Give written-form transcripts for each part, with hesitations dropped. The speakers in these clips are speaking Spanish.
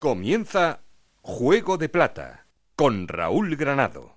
Comienza Juego de Plata con Raúl Granado.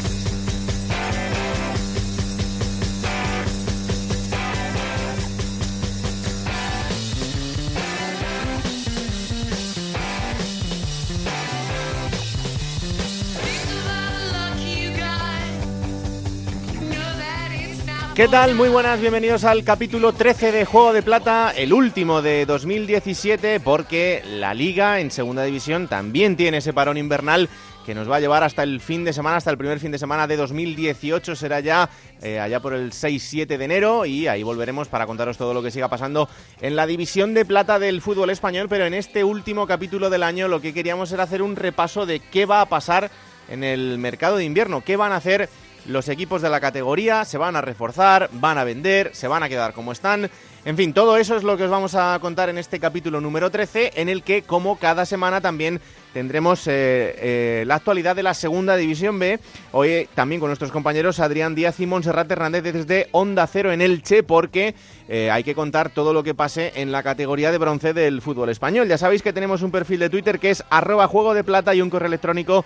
¿Qué tal? Muy buenas, bienvenidos al capítulo 13 de Juego de Plata, el último de 2017, porque la Liga en Segunda División también tiene ese parón invernal que nos va a llevar hasta el fin de semana, hasta el primer fin de semana de 2018, será ya allá por el 6-7 de enero, y ahí volveremos para contaros todo lo que siga pasando en la División de Plata del fútbol español. Pero en este último capítulo del año lo que queríamos era hacer un repaso de qué va a pasar en el mercado de invierno, qué van a hacer los equipos de la categoría, se van a reforzar, van a vender, se van a quedar como están. En fin, todo eso es lo que os vamos a contar en este capítulo número 13, en el que, como cada semana, también tendremos la actualidad de la Segunda División B. Hoy también con nuestros compañeros Adrián Díaz y Montserrat Hernández desde Onda Cero en Elche, porque hay que contar todo lo que pase en la categoría de bronce del fútbol español. Ya sabéis que tenemos un perfil de Twitter que es @juegodeplata y un correo electrónico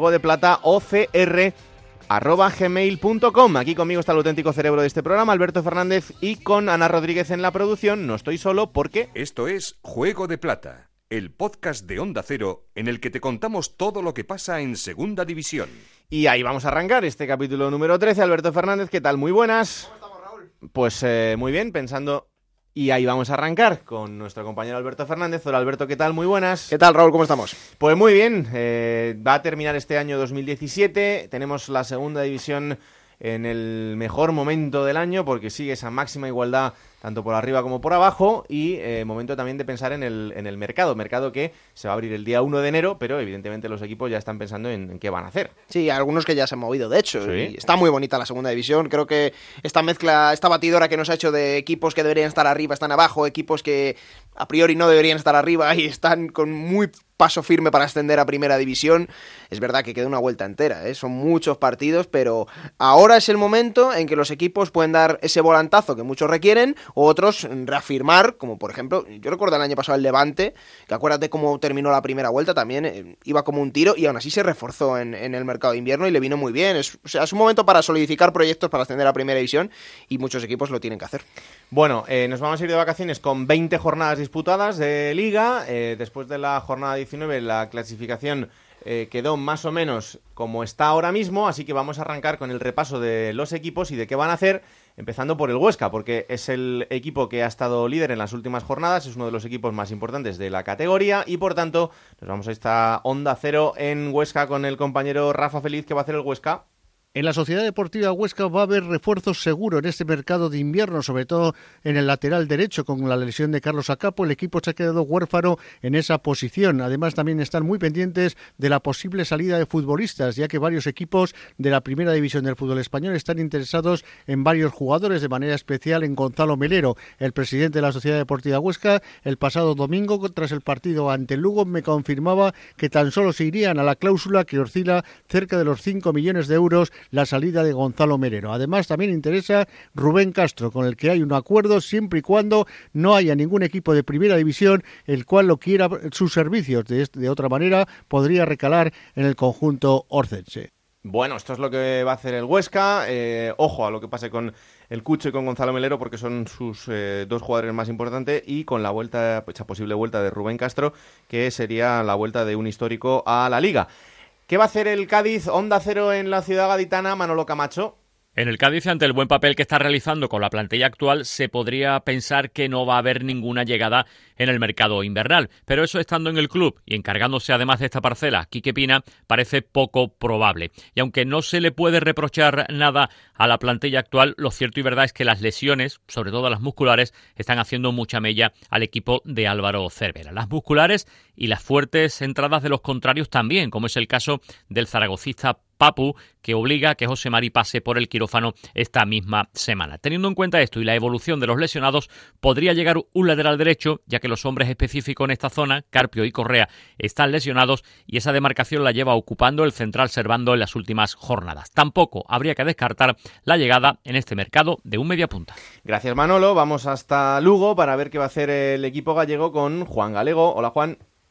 juegodeplataocr@gmail.com. Aquí conmigo está el auténtico cerebro de este programa, Alberto Fernández, y con Ana Rodríguez en la producción. No estoy solo porque... Esto es Juego de Plata, el podcast de Onda Cero en el que te contamos todo lo que pasa en Segunda División. Y ahí vamos a arrancar este capítulo número 13. Alberto Fernández, ¿qué tal? Muy buenas. ¿Cómo estamos, Raúl? Pues muy bien, pensando... Y ahí vamos a arrancar con nuestro compañero Alberto Fernández. Hola Alberto, ¿qué tal? Muy buenas. ¿Qué tal, Raúl? ¿Cómo estamos? Pues muy bien, va a terminar este año 2017, tenemos la Segunda División en el mejor momento del año porque sigue esa máxima igualdad tanto por arriba como por abajo, y momento también de pensar en el mercado que se va a abrir el día 1 de enero, pero evidentemente los equipos ya están pensando en qué van a hacer. Sí, algunos que ya se han movido, de hecho, ¿Sí? Y está muy bonita la Segunda División. Creo que esta mezcla, esta batidora que nos ha hecho de equipos que deberían estar arriba están abajo, equipos que a priori no deberían estar arriba y están con muy paso firme para ascender a Primera División. Es verdad que queda una vuelta entera, ¿eh? Son muchos partidos, pero ahora es el momento en que los equipos pueden dar ese volantazo que muchos requieren, o otros reafirmar, como por ejemplo, yo recuerdo el año pasado el Levante, que acuérdate cómo terminó la primera vuelta, también iba como un tiro y aún así se reforzó en el mercado de invierno y le vino muy bien. Es un momento para solidificar proyectos para ascender a Primera División, y muchos equipos lo tienen que hacer. Bueno, nos vamos a ir de vacaciones con 20 jornadas disputadas de Liga. Después de la jornada 19, la clasificación quedó más o menos como está ahora mismo, así que vamos a arrancar con el repaso de los equipos y de qué van a hacer, empezando por el Huesca, porque es el equipo que ha estado líder en las últimas jornadas, es uno de los equipos más importantes de la categoría, y por tanto nos vamos a esta Onda Cero en Huesca con el compañero Rafa Feliz. ¿Qué va a hacer el Huesca? En la Sociedad Deportiva Huesca va a haber refuerzos seguro en este mercado de invierno, sobre todo en el lateral derecho. Con la lesión de Carlos Acapo, el equipo se ha quedado huérfano en esa posición. Además, también están muy pendientes de la posible salida de futbolistas, ya que varios equipos de la Primera División del fútbol español están interesados en varios jugadores, de manera especial en Gonzalo Melero, el presidente de la Sociedad Deportiva Huesca. El pasado domingo, tras el partido ante el Lugo, me confirmaba que tan solo se irían a la cláusula que oscila cerca de los 5 millones de euros la salida de Gonzalo Melero. Además, también interesa Rubén Castro, con el que hay un acuerdo siempre y cuando no haya ningún equipo de Primera División el cual lo quiera sus servicios. De otra manera, podría recalar en el conjunto orcense. Bueno, esto es lo que va a hacer el Huesca. Ojo a lo que pase con el Cucho y con Gonzalo Melero, porque son sus dos jugadores más importantes, y con la vuelta, esa posible vuelta de Rubén Castro, que sería la vuelta de un histórico a la Liga. ¿Qué va a hacer el Cádiz? Onda Cero en la ciudad gaditana, Manolo Camacho. En el Cádiz, ante el buen papel que está realizando con la plantilla actual, se podría pensar que no va a haber ninguna llegada en el mercado invernal. Pero eso, estando en el club y encargándose además de esta parcela, Quique Pina, parece poco probable. Y aunque no se le puede reprochar nada a la plantilla actual, lo cierto y verdad es que las lesiones, sobre todo las musculares, están haciendo mucha mella al equipo de Álvaro Cervera. Las musculares y las fuertes entradas de los contrarios también, como es el caso del zaragocista Papu, que obliga a que José Mari pase por el quirófano esta misma semana. Teniendo en cuenta esto y la evolución de los lesionados, podría llegar un lateral derecho, ya que los hombres específicos en esta zona, Carpio y Correa, están lesionados, y esa demarcación la lleva ocupando el central Servando en las últimas jornadas. Tampoco habría que descartar la llegada en este mercado de un mediapunta. Gracias, Manolo. Vamos hasta Lugo para ver qué va a hacer el equipo gallego con Juan Galego. Hola, Juan.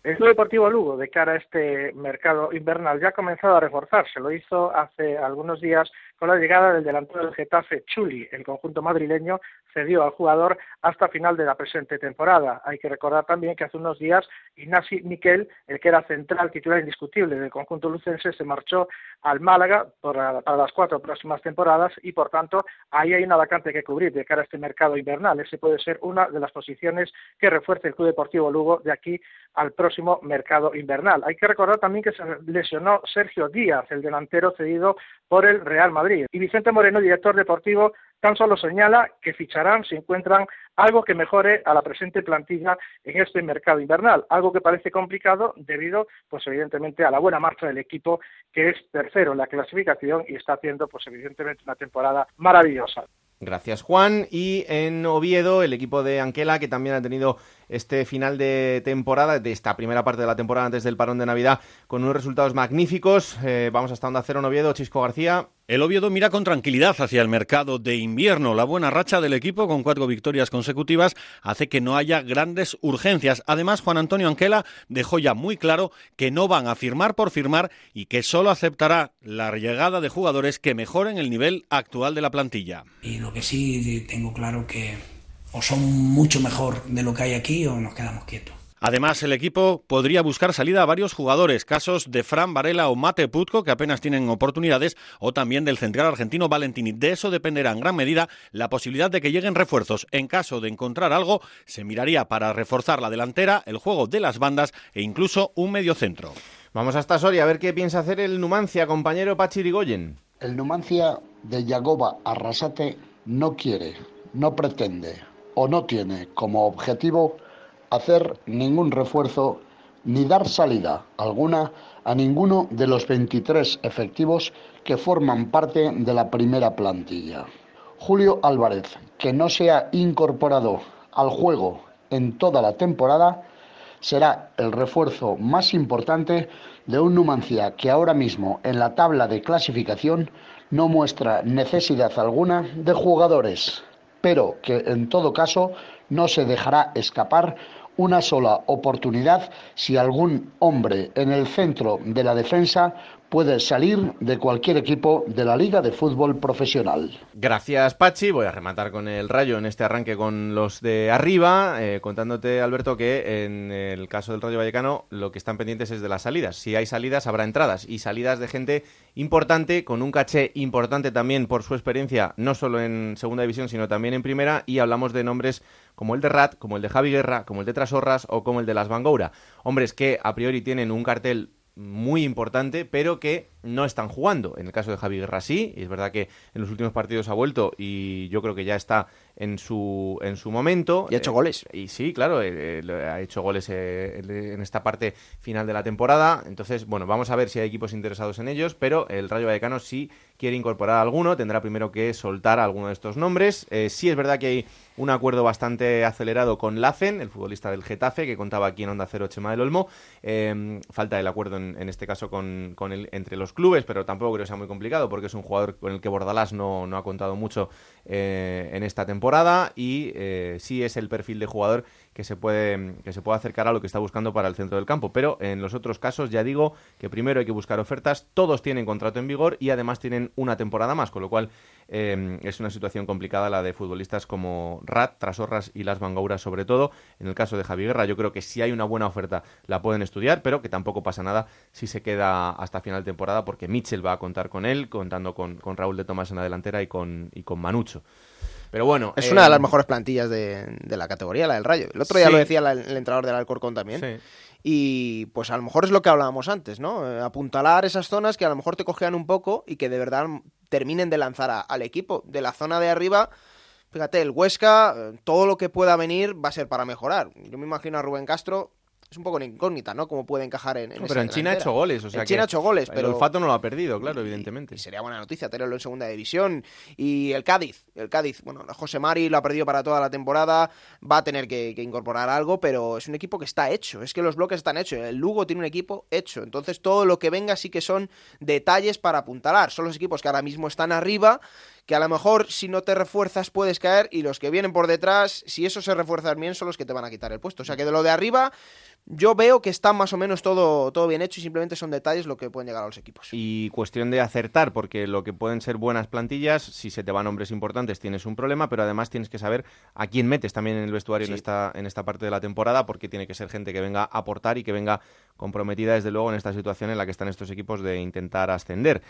El Club Deportivo Lugo, de cara a este mercado invernal, ya ha comenzado a reforzarse. Lo hizo hace algunos días con la llegada del delantero del Getafe, Chuli. El conjunto madrileño cedió al jugador hasta final de la presente temporada. Hay que recordar también que hace unos días Ignasi Miquel, el que era central titular indiscutible del conjunto lucense, se marchó al Málaga para las 4 próximas temporadas y, por tanto, ahí hay una vacante que cubrir de cara a este mercado invernal. Ese puede ser una de las posiciones que refuerce el Club Deportivo Lugo de aquí al próximo mercado invernal. Hay que recordar también que se lesionó Sergio Díaz, el delantero cedido por el Real Madrid. Y Vicente Moreno, director deportivo, tan solo señala que ficharán si encuentran algo que mejore a la presente plantilla en este mercado invernal, algo que parece complicado debido, pues evidentemente, a la buena marcha del equipo, que es tercero en la clasificación y está haciendo, pues evidentemente, una temporada maravillosa. Gracias, Juan. Y en Oviedo, el equipo de Anquela, que también ha tenido este final de temporada, de esta primera parte de la temporada antes del parón de Navidad, con unos resultados magníficos. Vamos hasta Onda Cero en Oviedo. Chisco García. El Oviedo mira con tranquilidad hacia el mercado de invierno. La buena racha del equipo, con 4 victorias consecutivas, hace que no haya grandes urgencias. Además, Juan Antonio Anquela dejó ya muy claro que no van a firmar por firmar y que solo aceptará la llegada de jugadores que mejoren el nivel actual de la plantilla. Y lo que sí tengo claro que o son mucho mejor de lo que hay aquí o nos quedamos quietos. Además, el equipo podría buscar salida a varios jugadores, casos de Fran Varela o Mate Putco, que apenas tienen oportunidades, o también del central argentino Valentini. De eso dependerá en gran medida la posibilidad de que lleguen refuerzos. En caso de encontrar algo, se miraría para reforzar la delantera, el juego de las bandas e incluso un mediocentro. Vamos hasta Soria a ver qué piensa hacer el Numancia, compañero Pachi Irigoyen. El Numancia de Yagoba Arrasate no quiere, no pretende o no tiene como objetivo hacer ningún refuerzo ni dar salida alguna a ninguno de los 23 efectivos que forman parte de la primera plantilla. Julio Álvarez, que no se ha incorporado al juego en toda la temporada, será el refuerzo más importante de un Numancia que ahora mismo en la tabla de clasificación no muestra necesidad alguna de jugadores, pero que en todo caso no se dejará escapar una sola oportunidad si algún hombre en el centro de la defensa puede salir de cualquier equipo de la Liga de Fútbol Profesional. Gracias, Pachi. Voy a rematar con el Rayo en este arranque con los de arriba, contándote, Alberto, que en el caso del Rayo Vallecano lo que están pendientes es de las salidas. Si hay salidas, habrá entradas, y salidas de gente importante, con un caché importante también por su experiencia, no solo en segunda división, sino también en primera, y hablamos de nombres como el de Rat, como el de Javi Guerra, como el de Trasorras o como el de Las Bangoura. Hombres que a priori tienen un cartel muy importante, pero que no están jugando. En el caso de Javi Guerra sí, y es verdad que en los últimos partidos ha vuelto y yo creo que ya está en su momento. Y ha hecho goles. Y sí, claro, ha hecho goles en esta parte final de la temporada. Entonces, bueno, vamos a ver si hay equipos interesados en ellos, pero el Rayo Vallecano sí quiere incorporar a alguno, tendrá primero que soltar a alguno de estos nombres. Sí es verdad que hay un acuerdo bastante acelerado con Lacen, el futbolista del Getafe, que contaba aquí en Onda Cero Chema del Olmo. Falta el acuerdo en este caso con él entre los clubes, pero tampoco creo que sea muy complicado porque es un jugador con el que Bordalás no ha contado mucho en esta temporada, y sí es el perfil de jugador que se puede acercar a lo que está buscando para el centro del campo. Pero en los otros casos ya digo que primero hay que buscar ofertas, todos tienen contrato en vigor y además tienen una temporada más, con lo cual es una situación complicada la de futbolistas como Rat, Trasorras y Las Bangouras sobre todo. En el caso de Javi Guerra yo creo que si hay una buena oferta la pueden estudiar, pero que tampoco pasa nada si se queda hasta final de temporada, porque Mitchell va a contar con él, contando con Raúl de Tomás en la delantera y con Manucho. Pero bueno, es una de las mejores plantillas de la categoría, la del Rayo. El otro día lo decía el entrenador del Alcorcón también. Sí. Y pues a lo mejor es lo que hablábamos antes, ¿no? Apuntalar esas zonas que a lo mejor te cojean un poco y que de verdad terminen de lanzar al equipo. De la zona de arriba, fíjate, el Huesca, todo lo que pueda venir va a ser para mejorar. Yo me imagino a Rubén Castro. Es un poco una incógnita, ¿no? Cómo puede encajar en esa pero en China ha hecho goles, o sea, en China ha hecho goles, pero el olfato no lo ha perdido, claro, evidentemente. Y sería buena noticia tenerlo en segunda división. Y el Cádiz, bueno, José Mari lo ha perdido para toda la temporada, va a tener que incorporar algo, pero es un equipo que está hecho, es que los bloques están hechos, el Lugo tiene un equipo hecho, entonces todo lo que venga sí que son detalles para apuntalar, son los equipos que ahora mismo están arriba, que a lo mejor si no te refuerzas puedes caer, y los que vienen por detrás, si eso se refuerzan bien, son los que te van a quitar el puesto. O sea que de lo de arriba yo veo que está más o menos todo bien hecho, y simplemente son detalles lo que pueden llegar a los equipos. Y cuestión de acertar, porque lo que pueden ser buenas plantillas, si se te van hombres importantes tienes un problema, pero además tienes que saber a quién metes también en el vestuario en esta parte de la temporada, porque tiene que ser gente que venga a aportar y que venga comprometida desde luego en esta situación en la que están estos equipos de intentar ascender.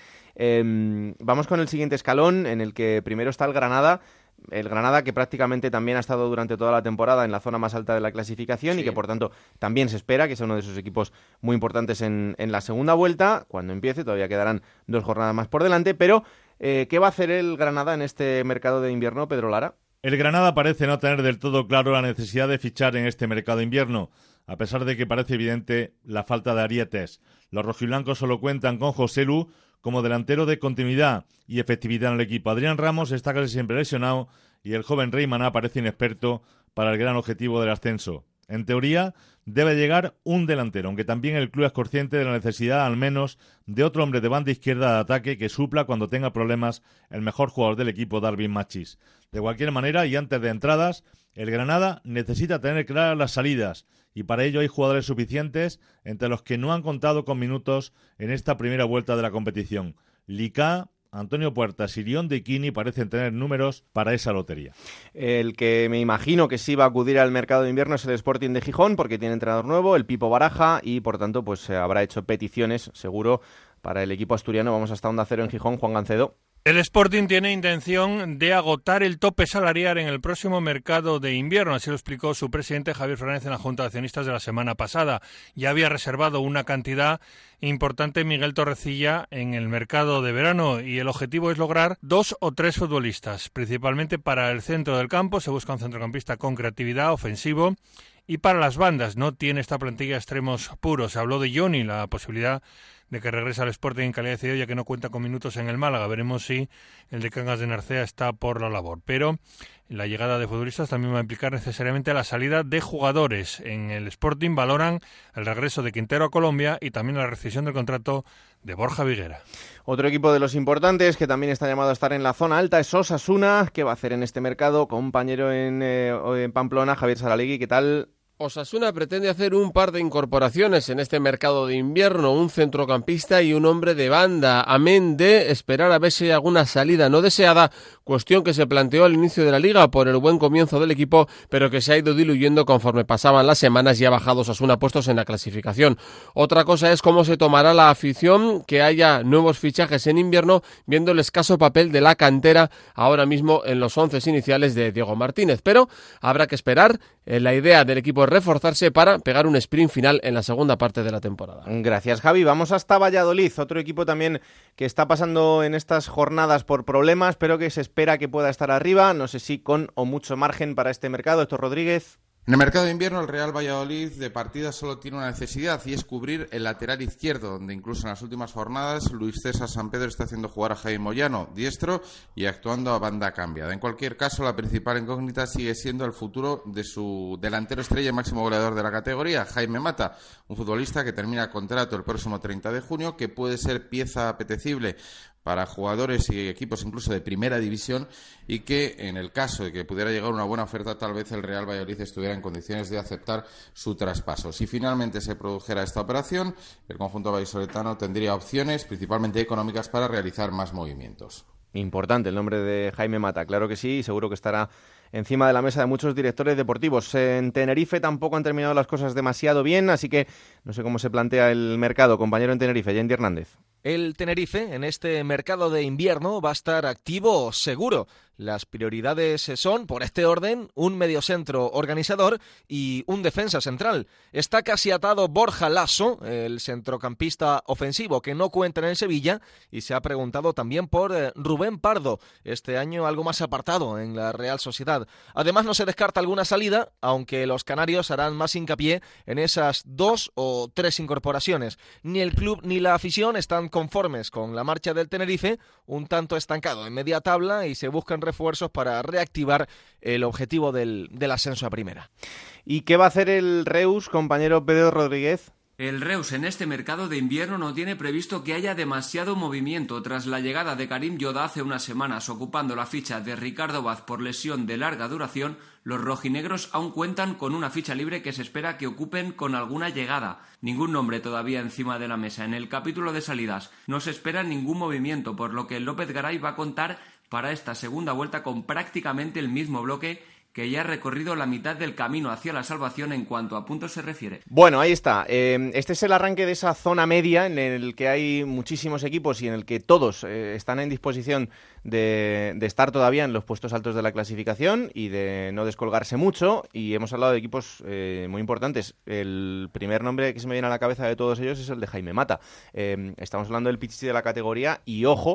Vamos con el siguiente escalón, en el que primero está el Granada. El Granada, que prácticamente también ha estado durante toda la temporada en la zona más alta de la clasificación, y que por tanto también se espera que sea uno de esos equipos muy importantes en la segunda vuelta, cuando empiece. Todavía quedarán 2 jornadas más por delante, pero ¿qué va a hacer el Granada en este mercado de invierno, Pedro Lara? El Granada parece no tener del todo claro la necesidad de fichar en este mercado de invierno, a pesar de que parece evidente la falta de arietes. Los rojiblancos solo cuentan con Joselu como delantero de continuidad y efectividad en el equipo. Adrián Ramos está casi siempre lesionado y el joven Rey Maná parece inexperto para el gran objetivo del ascenso. En teoría, debe llegar un delantero, aunque también el club es consciente de la necesidad al menos de otro hombre de banda izquierda de ataque que supla cuando tenga problemas el mejor jugador del equipo, Darwin Machís. De cualquier manera, y antes de entradas, el Granada necesita tener claras las salidas, y para ello hay jugadores suficientes, entre los que no han contado con minutos en esta primera vuelta de la competición. Licá, Antonio Puertas y Irión de Kini parecen tener números para esa lotería. El que me imagino que sí va a acudir al mercado de invierno es el Sporting de Gijón, porque tiene entrenador nuevo, el Pipo Baraja, y por tanto pues habrá hecho peticiones, seguro, para el equipo asturiano. Vamos hasta Onda Cero en Gijón, Juan Gancedo. El Sporting tiene intención de agotar el tope salarial en el próximo mercado de invierno, así lo explicó su presidente Javier Fernández en la Junta de Accionistas de la semana pasada. Ya había reservado una cantidad importante Miguel Torrecilla en el mercado de verano, y el objetivo es lograr 2 o 3 futbolistas, principalmente para el centro del campo. Se busca un centrocampista con creatividad, ofensivo, y para las bandas no tiene esta plantilla extremos puros. Se habló de Johnny, la posibilidad de que regrese al Sporting en calidad de cedido, ya que no cuenta con minutos en el Málaga. Veremos si el de Cangas de Narcea está por la labor. Pero la llegada de futbolistas también va a implicar necesariamente la salida de jugadores. En el Sporting valoran el regreso de Quintero a Colombia y también la rescisión del contrato de Borja Viguera. Otro equipo de los importantes que también está llamado a estar en la zona alta es Osasuna. ¿Qué va a hacer en este mercado? Compañero en Pamplona, Javier Saralegui, ¿qué tal? Osasuna pretende hacer un par de incorporaciones en este mercado de invierno, un centrocampista y un hombre de banda, amén de esperar a ver si hay alguna salida no deseada, cuestión que se planteó al inicio de la Liga por el buen comienzo del equipo, pero que se ha ido diluyendo conforme pasaban las semanas y ha bajado Osasuna puestos en la clasificación. Otra cosa es cómo se tomará la afición que haya nuevos fichajes en invierno, viendo el escaso papel de la cantera ahora mismo en los 11 iniciales de Diego Martínez, pero habrá que esperar. La idea del equipo es reforzarse para pegar un sprint final en la segunda parte de la temporada. Gracias, Javi. Vamos hasta Valladolid, otro equipo también que está pasando en estas jornadas por problemas, pero que se espera que pueda estar arriba, no sé si con o mucho margen para este mercado. Héctor Rodríguez. En el mercado de invierno, el Real Valladolid de partida solo tiene una necesidad, y es cubrir el lateral izquierdo, donde incluso en las últimas jornadas Luis César Sampedro está haciendo jugar a Jaime Moyano, diestro, y actuando a banda cambiada. En cualquier caso, la principal incógnita sigue siendo el futuro de su delantero estrella y máximo goleador de la categoría, Jaime Mata, un futbolista que termina contrato el próximo 30 de junio, que puede ser pieza apetecible para jugadores y equipos incluso de primera división, y que en el caso de que pudiera llegar una buena oferta, tal vez el Real Valladolid estuviera en condiciones de aceptar su traspaso. Si finalmente se produjera esta operación, el conjunto vallisoletano tendría opciones, principalmente económicas, para realizar más movimientos. Importante el nombre de Jaime Mata, claro que sí, y seguro que estará encima de la mesa de muchos directores deportivos. En Tenerife tampoco han terminado las cosas demasiado bien, así que no sé cómo se plantea el mercado. Compañero en Tenerife, Yendi Hernández. El Tenerife en este mercado de invierno va a estar activo seguro. Las prioridades son, por este orden, un mediocentro organizador y un defensa central. Está casi atado Borja Lasso, el centrocampista ofensivo que no cuenta en el Sevilla, y se ha preguntado también por Rubén Pardo, este año algo más apartado en la Real Sociedad. Además, no se descarta alguna salida, aunque los canarios harán más hincapié en esas 2 o 3 incorporaciones. Ni el club ni la afición están conformes con la marcha del Tenerife, un tanto estancado en media tabla, y se buscan refuerzos para reactivar el objetivo del ascenso a primera. ¿Y qué va a hacer el Reus, compañero Pedro Rodríguez? El Reus en este mercado de invierno no tiene previsto que haya demasiado movimiento tras la llegada de Karim Yoda hace unas semanas ocupando la ficha de Ricardo Vaz por lesión de larga duración. Los rojinegros aún cuentan con una ficha libre que se espera que ocupen con alguna llegada. Ningún nombre todavía encima de la mesa. En el capítulo de salidas no se espera ningún movimiento, por lo que López Garay va a contar para esta segunda vuelta con prácticamente el mismo bloque que ya ha recorrido la mitad del camino hacia la salvación en cuanto a puntos se refiere. Bueno, ahí está. Este es el arranque de esa zona media en el que hay muchísimos equipos y en el que todos están en disposición de estar todavía en los puestos altos de la clasificación y de no descolgarse mucho. Y hemos hablado de equipos muy importantes. El primer nombre que se me viene a la cabeza de todos ellos es el de Jaime Mata. Estamos hablando del pichichi de la categoría y ojo,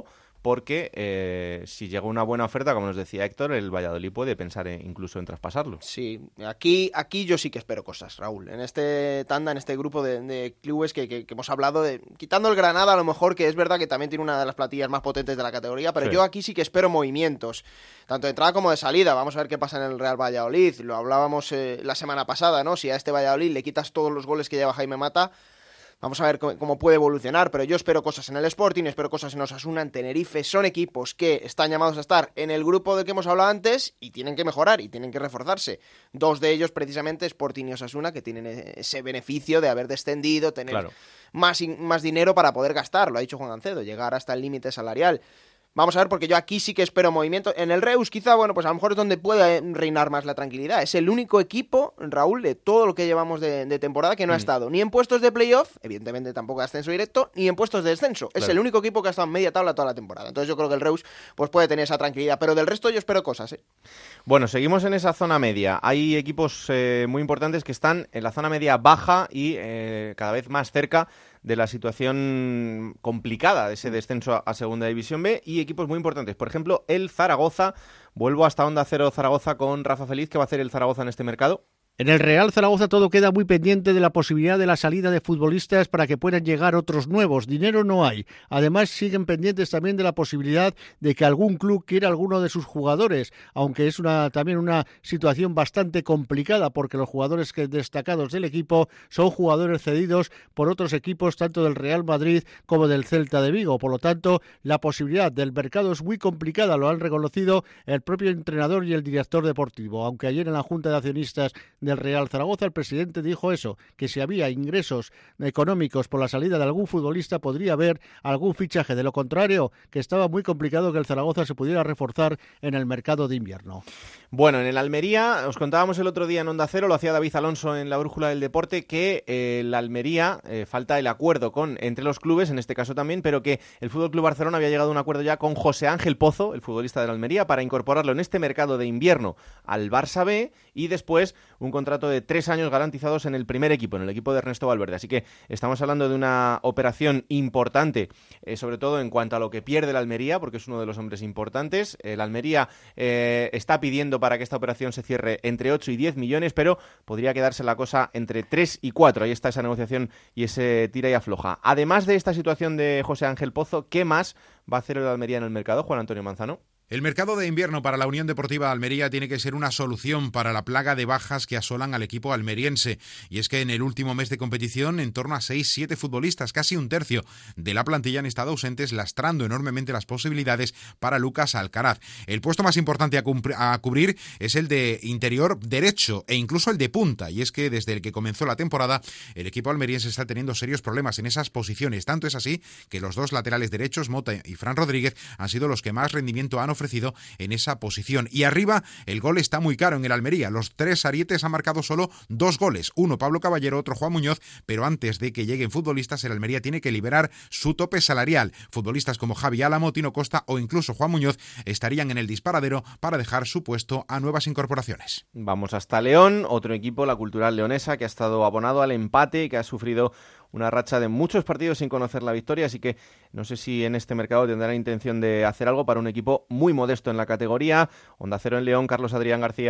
porque si llega una buena oferta, como nos decía Héctor, el Valladolid puede pensar incluso en traspasarlo. Sí, aquí yo sí que espero cosas, Raúl. En este tanda, en este grupo de clubes que hemos hablado, quitando el Granada a lo mejor, que es verdad que también tiene una de las plantillas más potentes de la categoría, pero sí, yo aquí sí que espero movimientos, tanto de entrada como de salida. Vamos a ver qué pasa en el Real Valladolid. Lo hablábamos la semana pasada, ¿no? Si a este Valladolid le quitas todos los goles que lleva Jaime Mata, vamos a ver cómo puede evolucionar, pero yo espero cosas en el Sporting, espero cosas en Osasuna, en Tenerife. Son equipos que están llamados a estar en el grupo del que hemos hablado antes y tienen que mejorar y tienen que reforzarse. Dos de ellos, precisamente, Sporting y Osasuna, que tienen ese beneficio de haber descendido, tener más dinero para poder gastar, lo ha dicho Juan Gancedo, llegar hasta el límite salarial. Vamos a ver, porque yo aquí sí que espero movimiento. En el Reus, quizá, bueno, pues a lo mejor es donde puede reinar más la tranquilidad. Es el único equipo, Raúl, de todo lo que llevamos de temporada que no ha estado ni en puestos de playoff, evidentemente tampoco de ascenso directo, ni en puestos de descenso. Claro. Es el único equipo que ha estado en media tabla toda la temporada. Entonces yo creo que el Reus pues puede tener esa tranquilidad. Pero del resto yo espero cosas, ¿eh? Bueno, seguimos en esa zona media. Hay equipos muy importantes que están en la zona media baja y cada vez más cerca de la situación complicada de ese descenso a Segunda División B, y equipos muy importantes. Por ejemplo, el Zaragoza. Vuelvo hasta Onda Cero Zaragoza con Rafa Feliz. ¿Qué va a hacer el Zaragoza en este mercado? En el Real Zaragoza todo queda muy pendiente de la posibilidad de la salida de futbolistas para que puedan llegar otros nuevos. Dinero no hay. Además, siguen pendientes también de la posibilidad de que algún club quiera alguno de sus jugadores, aunque es también una situación bastante complicada, porque los jugadores destacados del equipo son jugadores cedidos por otros equipos, tanto del Real Madrid como del Celta de Vigo. Por lo tanto, la posibilidad del mercado es muy complicada, lo han reconocido el propio entrenador y el director deportivo, aunque ayer en la Junta de Accionistas del Real Zaragoza el presidente dijo eso, que si había ingresos económicos por la salida de algún futbolista podría haber algún fichaje. De lo contrario, que estaba muy complicado que el Zaragoza se pudiera reforzar en el mercado de invierno. Bueno, en el Almería, os contábamos el otro día en Onda Cero, lo hacía David Alonso en la Brújula del Deporte, que el Almería, falta el acuerdo entre los clubes, en este caso también, pero que el FC Barcelona había llegado a un acuerdo ya con José Ángel Pozo, el futbolista del Almería, para incorporarlo en este mercado de invierno al Barça B, y después un contrato de 3 años garantizados en el primer equipo, en el equipo de Ernesto Valverde. Así que estamos hablando de una operación importante, sobre todo en cuanto a lo que pierde el Almería, porque es uno de los hombres importantes. El Almería está pidiendo para que esta operación se cierre entre 8 y 10 millones, pero podría quedarse la cosa entre 3 y 4. Ahí está esa negociación y ese tira y afloja. Además de esta situación de José Ángel Pozo, ¿qué más va a hacer el Almería en el mercado, Juan Antonio Manzano? El mercado de invierno para la Unión Deportiva Almería tiene que ser una solución para la plaga de bajas que asolan al equipo almeriense. Y es que en el último mes de competición, en torno a 6-7 futbolistas, casi un tercio de la plantilla, han estado ausentes, lastrando enormemente las posibilidades para Lucas Alcaraz. El puesto más importante a cubrir es el de interior derecho e incluso el de punta. Y es que desde el que comenzó la temporada, el equipo almeriense está teniendo serios problemas en esas posiciones. Tanto es así que los dos laterales derechos, Mota y Fran Rodríguez, han sido los que más rendimiento han ofrecido en esa posición. Y arriba el gol está muy caro en el Almería. Los 3 arietes han marcado solo 2 goles, uno Pablo Caballero, otro Juan Muñoz, pero antes de que lleguen futbolistas, el Almería tiene que liberar su tope salarial. Futbolistas como Javi Álamo, Tino Costa o incluso Juan Muñoz estarían en el disparadero para dejar su puesto a nuevas incorporaciones. Vamos hasta León, otro equipo, la Cultural Leonesa, que ha estado abonado al empate y que ha sufrido una racha de muchos partidos sin conocer la victoria, así que no sé si en este mercado tendrán intención de hacer algo para un equipo muy modesto en la categoría. Onda Cero en León, Carlos Adrián García.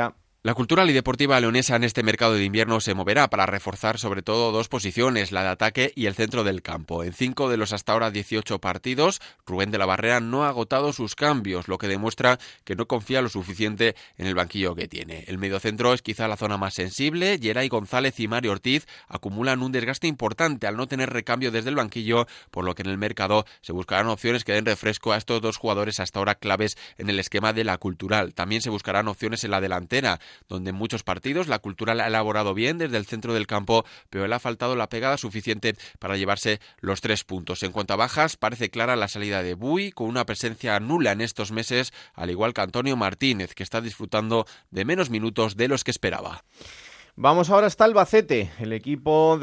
La cultural y deportiva leonesa en este mercado de invierno se moverá para reforzar sobre todo dos posiciones, la de ataque y el centro del campo. En 5 de los hasta ahora 18 partidos, Rubén de la Barrera no ha agotado sus cambios, lo que demuestra que no confía lo suficiente en el banquillo que tiene. El mediocentro es quizá la zona más sensible. Geray González y Mario Ortiz acumulan un desgaste importante al no tener recambio desde el banquillo, por lo que en el mercado se buscarán opciones que den refresco a estos dos jugadores hasta ahora claves en el esquema de la cultural. También se buscarán opciones en la delantera, donde en muchos partidos la cultural ha elaborado bien desde el centro del campo, pero le ha faltado la pegada suficiente para llevarse los 3 puntos. En cuanto a bajas, parece clara la salida de Bui, con una presencia nula en estos meses, al igual que Antonio Martínez, que está disfrutando de menos minutos de los que esperaba. Vamos ahora hasta Albacete, el equipo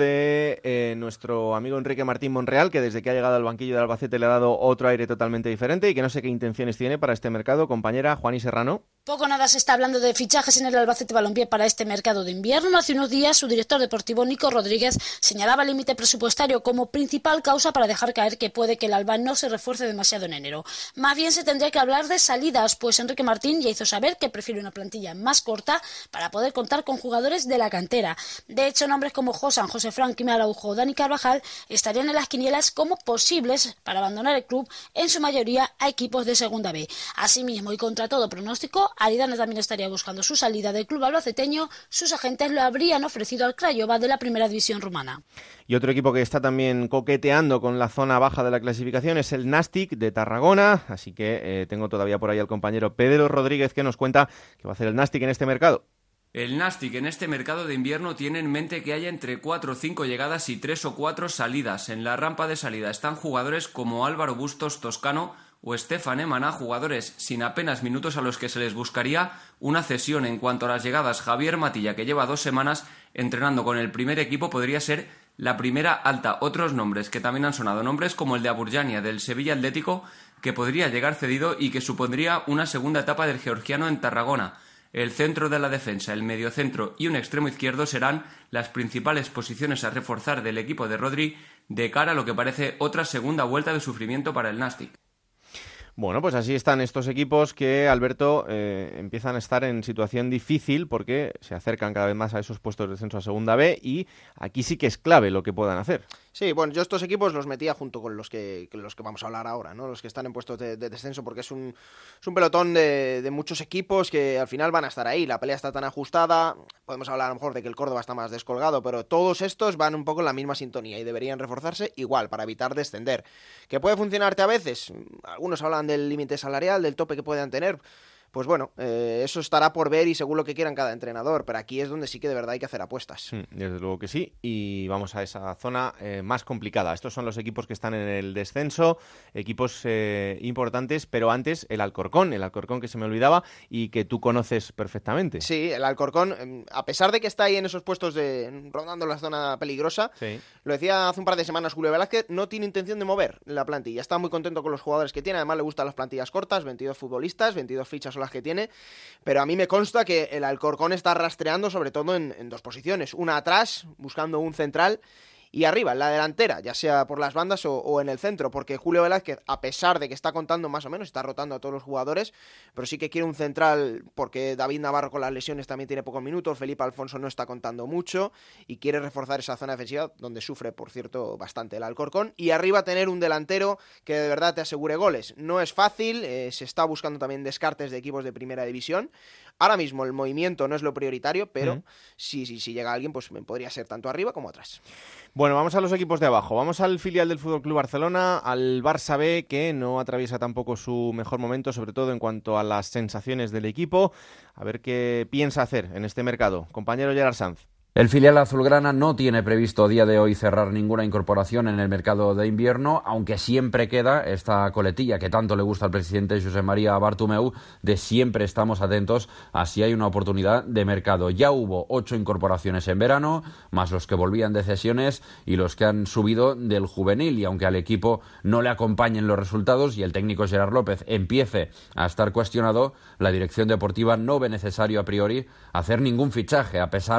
de nuestro amigo Enrique Martín Monreal, que desde que ha llegado al banquillo de Albacete le ha dado otro aire totalmente diferente y que no sé qué intenciones tiene para este mercado. Compañera Juani Serrano. Poco nada se está hablando de fichajes en el Albacete Balompié para este mercado de invierno. Hace unos días su director deportivo Nico Rodríguez señalaba el límite presupuestario como principal causa para dejar caer que puede que el Alba no se refuerce demasiado en enero. Más bien se tendría que hablar de salidas, pues Enrique Martín ya hizo saber que prefiere una plantilla más corta para poder contar con jugadores de la cantera. De hecho, nombres como Josan, José Fran, Quim Araujo o Dani Carvajal estarían en las quinielas como posibles para abandonar el club, en su mayoría a equipos de Segunda B. Asimismo, y contra todo pronóstico, Aridane también estaría buscando su salida del club albaceteño. Sus agentes lo habrían ofrecido al Craiova de la primera división rumana. Y otro equipo que está también coqueteando con la zona baja de la clasificación es el Nàstic de Tarragona, así que tengo todavía por ahí al compañero Pedro Rodríguez que nos cuenta qué va a hacer el Nàstic en este mercado. El Nàstic en este mercado de invierno tiene en mente que haya entre 4 o 5 llegadas y 3 o 4 salidas. En la rampa de salida están jugadores como Álvaro Bustos Toscano o Stefan Emaná, jugadores sin apenas minutos a los que se les buscaría una cesión. En cuanto a las llegadas, Javier Matilla, que lleva 2 semanas entrenando con el primer equipo, podría ser la primera alta. Otros nombres que también han sonado, nombres como el de Aburjania del Sevilla Atlético, que podría llegar cedido y que supondría una segunda etapa del georgiano en Tarragona. El centro de la defensa, el mediocentro y un extremo izquierdo serán las principales posiciones a reforzar del equipo de Rodri de cara a lo que parece otra segunda vuelta de sufrimiento para el Nàstic. Bueno, pues así están estos equipos que, Alberto, empiezan a estar en situación difícil porque se acercan cada vez más a esos puestos de descenso a Segunda B y aquí sí que es clave lo que puedan hacer. Sí, bueno, yo estos equipos los metía junto con los que vamos a hablar ahora, ¿no? Los que están en puestos de descenso, porque es un pelotón de muchos equipos que al final van a estar ahí. La pelea está tan ajustada, podemos hablar a lo mejor de que el Córdoba está más descolgado, pero todos estos van un poco en la misma sintonía y deberían reforzarse igual para evitar descender. ¿Que puede funcionarte a veces? Algunos hablan del límite salarial, del tope que puedan tener. Pues bueno, eso estará por ver y según lo que quieran cada entrenador, pero aquí es donde sí que de verdad hay que hacer apuestas. Desde luego que sí, y vamos a esa zona más complicada. Estos son los equipos que están en el descenso, equipos importantes, pero antes el Alcorcón que se me olvidaba y que tú conoces perfectamente. Sí, el Alcorcón, a pesar de que está ahí en esos puestos rondando la zona peligrosa, sí. Lo decía hace un par de semanas Julio Velázquez, no tiene intención de mover la plantilla, está muy contento con los jugadores que tiene, además le gustan las plantillas cortas, 22 futbolistas, 22 fichas las que tiene, pero a mí me consta que el Alcorcón está rastreando sobre todo en 2 posiciones, una atrás, buscando un central, y arriba, en la delantera, ya sea por las bandas o en el centro, porque Julio Velázquez, a pesar de que está contando más o menos, está rotando a todos los jugadores, pero sí que quiere un central, porque David Navarro con las lesiones también tiene pocos minutos, Felipe Alfonso no está contando mucho, y quiere reforzar esa zona defensiva, donde sufre, por cierto, bastante el Alcorcón, y arriba tener un delantero que de verdad te asegure goles. No es fácil, se está buscando también descartes de equipos de primera división. Ahora mismo el movimiento no es lo prioritario, pero si llega alguien, pues podría ser tanto arriba como atrás. Bueno, vamos a los equipos de abajo. Vamos al filial del FC Barcelona, al Barça B, que no atraviesa tampoco su mejor momento, sobre todo en cuanto a las sensaciones del equipo. A ver qué piensa hacer en este mercado. Compañero Gerard Sanz. El filial azulgrana no tiene previsto a día de hoy cerrar ninguna incorporación en el mercado de invierno, aunque siempre queda esta coletilla que tanto le gusta al presidente Josep María Bartomeu de siempre estamos atentos a si hay una oportunidad de mercado. Ya hubo 8 incorporaciones en verano, más los que volvían de cesiones y los que han subido del juvenil, y aunque al equipo no le acompañen los resultados y el técnico Gerard López empiece a estar cuestionado, la dirección deportiva no ve necesario a priori hacer ningún fichaje, a pesar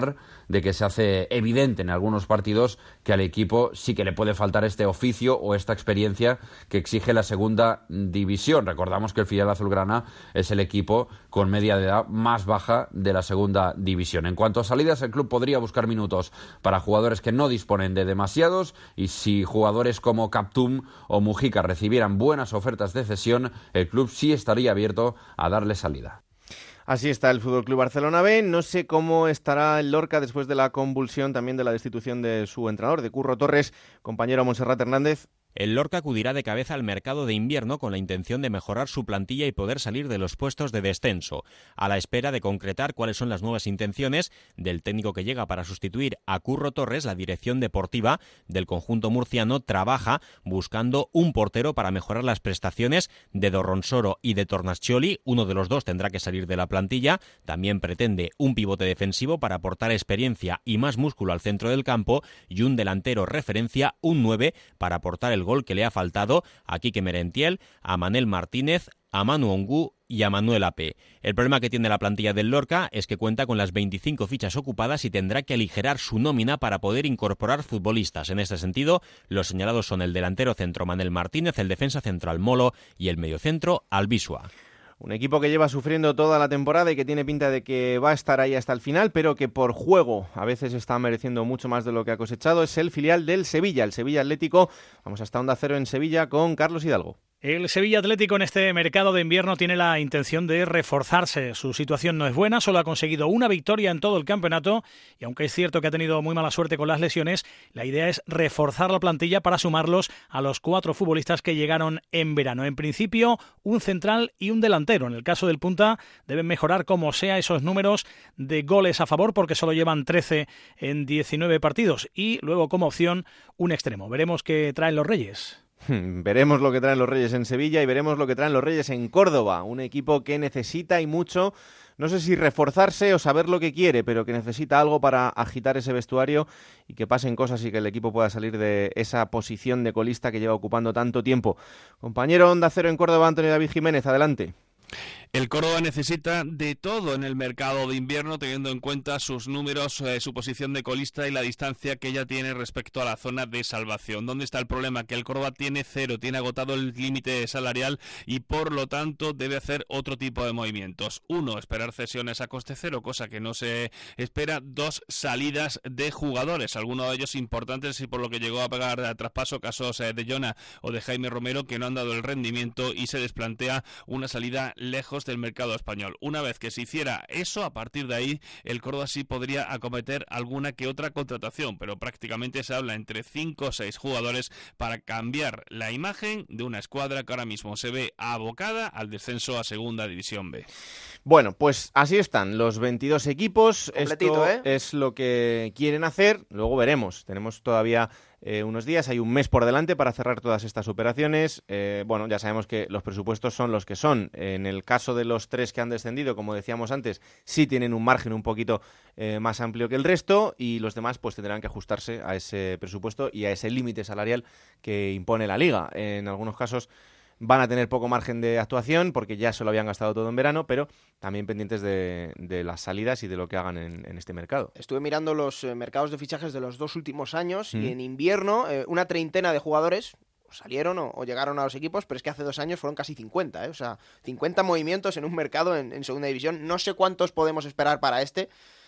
de que se hace evidente en algunos partidos que al equipo sí que le puede faltar este oficio o esta experiencia que exige la segunda división. Recordamos que el filial azulgrana es el equipo con media de edad más baja de la segunda división. En cuanto a salidas, el club podría buscar minutos para jugadores que no disponen de demasiados, y si jugadores como Kaptum o Mujica recibieran buenas ofertas de cesión, el club sí estaría abierto a darle salida. Así está el FC Barcelona B. No sé cómo estará el Lorca después de la convulsión también de la destitución de su entrenador, de Curro Torres. Compañero Montserrat Hernández. El Lorca acudirá de cabeza al mercado de invierno con la intención de mejorar su plantilla y poder salir de los puestos de descenso, a la espera de concretar cuáles son las nuevas intenciones del técnico que llega para sustituir a Curro Torres. La dirección deportiva del conjunto murciano trabaja buscando un portero para mejorar las prestaciones de Dorronsoro y de Tornascioli. Uno de los dos tendrá que salir de la plantilla. También pretende un pivote defensivo para aportar experiencia y más músculo al centro del campo, y un delantero referencia, un 9, para aportar el gol que le ha faltado a Quique Merentiel, a Manel Martínez, a Manu Ongú y a Manuel Ape. El problema que tiene la plantilla del Lorca es que cuenta con las 25 fichas ocupadas y tendrá que aligerar su nómina para poder incorporar futbolistas. En este sentido, los señalados son el delantero centro Manel Martínez, el defensa central Molo y el mediocentro Albisua. Un equipo que lleva sufriendo toda la temporada y que tiene pinta de que va a estar ahí hasta el final, pero que por juego a veces está mereciendo mucho más de lo que ha cosechado, es el filial del Sevilla, el Sevilla Atlético. Vamos hasta Onda Cero en Sevilla con Carlos Hidalgo. El Sevilla Atlético en este mercado de invierno tiene la intención de reforzarse. Su situación no es buena, solo ha conseguido una victoria en todo el campeonato y aunque es cierto que ha tenido muy mala suerte con las lesiones, la idea es reforzar la plantilla para sumarlos a los 4 futbolistas que llegaron en verano. En principio, un central y un delantero. En el caso del punta, deben mejorar como sea esos números de goles a favor porque solo llevan 13 en 19 partidos y luego como opción un extremo. Veremos qué traen los Reyes. Veremos lo que traen los Reyes en Sevilla y veremos lo que traen los Reyes en Córdoba, un equipo que necesita y mucho, no sé si reforzarse o saber lo que quiere, pero que necesita algo para agitar ese vestuario y que pasen cosas y que el equipo pueda salir de esa posición de colista que lleva ocupando tanto tiempo. Compañero Onda Cero en Córdoba, Antonio David Jiménez, adelante. El Córdoba necesita de todo en el mercado de invierno, teniendo en cuenta sus números, su posición de colista y la distancia que ella tiene respecto a la zona de salvación. ¿Dónde está el problema? Que el Córdoba tiene 0, tiene agotado el límite salarial y por lo tanto debe hacer otro tipo de movimientos. 1, esperar cesiones a coste cero, cosa que no se espera. 2, salidas de jugadores, algunos de ellos importantes y por lo que llegó a pagar a traspaso, casos de Jona o de Jaime Romero, que no han dado el rendimiento y se desplantea una salida lejos del mercado español. Una vez que se hiciera eso, a partir de ahí el Córdoba sí podría acometer alguna que otra contratación, pero prácticamente se habla entre 5 o 6 jugadores para cambiar la imagen de una escuadra que ahora mismo se ve abocada al descenso a Segunda División B. Bueno, pues así están los 22 equipos. Completito, Esto es lo que quieren hacer, luego veremos. Tenemos todavía unos días, hay un mes por delante para cerrar todas estas operaciones. Bueno, ya sabemos que los presupuestos son los que son. En el caso de los 3 que han descendido, como decíamos antes, sí tienen un margen un poquito más amplio que el resto y los demás pues tendrán que ajustarse a ese presupuesto y a ese límite salarial que impone la Liga. En algunos casos van a tener poco margen de actuación porque ya se lo habían gastado todo en verano, pero también pendientes de las salidas y de lo que hagan en este mercado. Estuve mirando los mercados de fichajes de los 2 últimos años y en invierno una treintena de jugadores salieron o llegaron a los equipos, pero es que hace 2 años fueron casi 50, o sea, 50 movimientos en un mercado en Segunda División. No sé cuántos podemos esperar para este,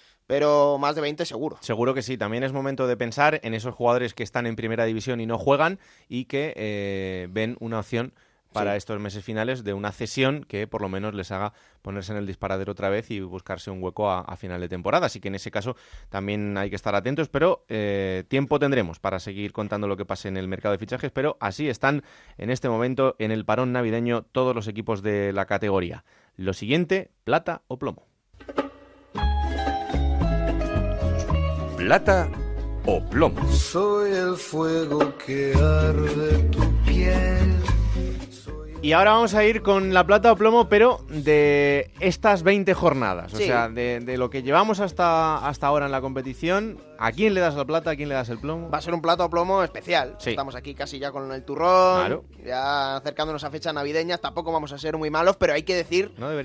pero más de 20 seguro. Seguro que sí. También es momento de pensar en esos jugadores que están en Primera División y no juegan y que ven una opción para estos meses finales de una cesión que por lo menos les haga ponerse en el disparadero otra vez y buscarse un hueco a final de temporada. Así que en ese caso también hay que estar atentos, pero tiempo tendremos para seguir contando lo que pase en el mercado de fichajes, pero así están en este momento en el parón navideño todos los equipos de la categoría. Lo siguiente, plata o plomo. Plata o plomo. Soy el fuego que arde tu piel. Y ahora vamos a ir con la plata o plomo, pero de estas 20 jornadas. O sea, de lo que llevamos hasta ahora en la competición. ¿A quién le das la plata? ¿A quién le das el plomo? Va a ser un plata o plomo especial. Sí. Estamos aquí casi ya con el turrón, ya acercándonos a fechas navideñas. Tampoco vamos a ser muy malos, pero hay que decir... No deberías.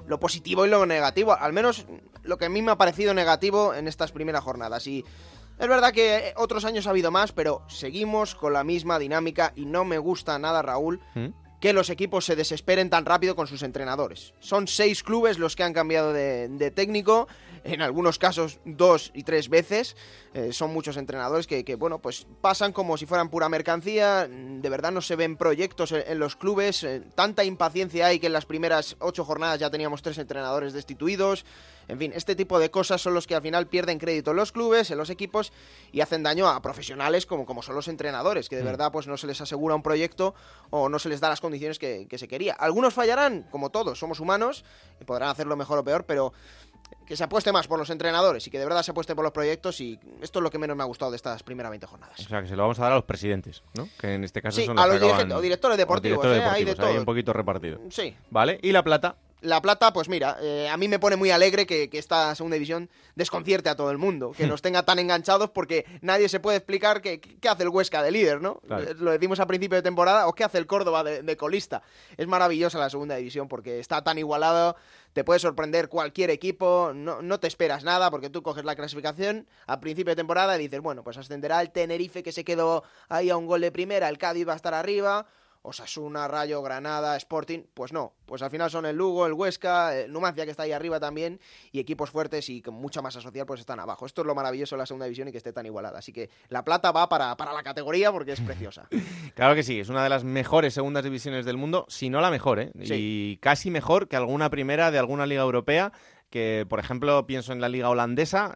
lo positivo y lo negativo, al menos lo que a mí me ha parecido negativo en estas primeras jornadas. Y es verdad que otros años ha habido más, pero seguimos con la misma dinámica y no me gusta nada, Raúl, que los equipos se desesperen tan rápido con sus entrenadores. Son 6 clubes los que han cambiado de técnico, en algunos casos 2 y 3 veces. Son muchos entrenadores que, bueno, pues pasan como si fueran pura mercancía. De verdad no se ven proyectos en los clubes. Tanta impaciencia hay que en las primeras 8 jornadas ya teníamos 3 entrenadores destituidos. En fin, este tipo de cosas son los que al final pierden crédito en los clubes, en los equipos, y hacen daño a profesionales como son los entrenadores, que de verdad pues no se les asegura un proyecto o no se les da las condiciones que se quería. Algunos fallarán, como todos, somos humanos, y podrán hacerlo mejor o peor, pero que se apueste más por los entrenadores y que de verdad se apueste por los proyectos, y esto es lo que menos me ha gustado de estas primeras 20 jornadas. O sea, que se lo vamos a dar a los presidentes, ¿no? Que en este caso sí, son los a los que acaban... o directores deportivos, hay de todo. Hay un poquito repartido. Sí. Vale, ¿y La Plata? La Plata, pues mira, a mí me pone muy alegre que esta segunda división desconcierte a todo el mundo, que nos tenga tan enganchados, porque nadie se puede explicar qué hace el Huesca de líder, ¿no? Claro. Lo decimos a principio de temporada, o qué hace el Córdoba de colista. Es maravillosa la segunda división porque está tan igualado, te puede sorprender cualquier equipo, no te esperas nada, porque tú coges la clasificación a principio de temporada y dices, bueno, pues ascenderá el Tenerife, que se quedó ahí a un gol de primera, el Cádiz va a estar arriba, Osasuna, Rayo, Granada, Sporting, pues no, pues al final son el Lugo, el Huesca, el Numancia, que está ahí arriba también, y equipos fuertes y con mucha masa social pues están abajo. Esto es lo maravilloso de la segunda división y que esté tan igualada, así que La Plata va para la categoría porque es preciosa. Claro que sí, es una de las mejores segundas divisiones del mundo, si no la mejor, ¿eh? Sí. Y casi mejor que alguna primera de alguna liga europea, que por ejemplo pienso en la liga holandesa,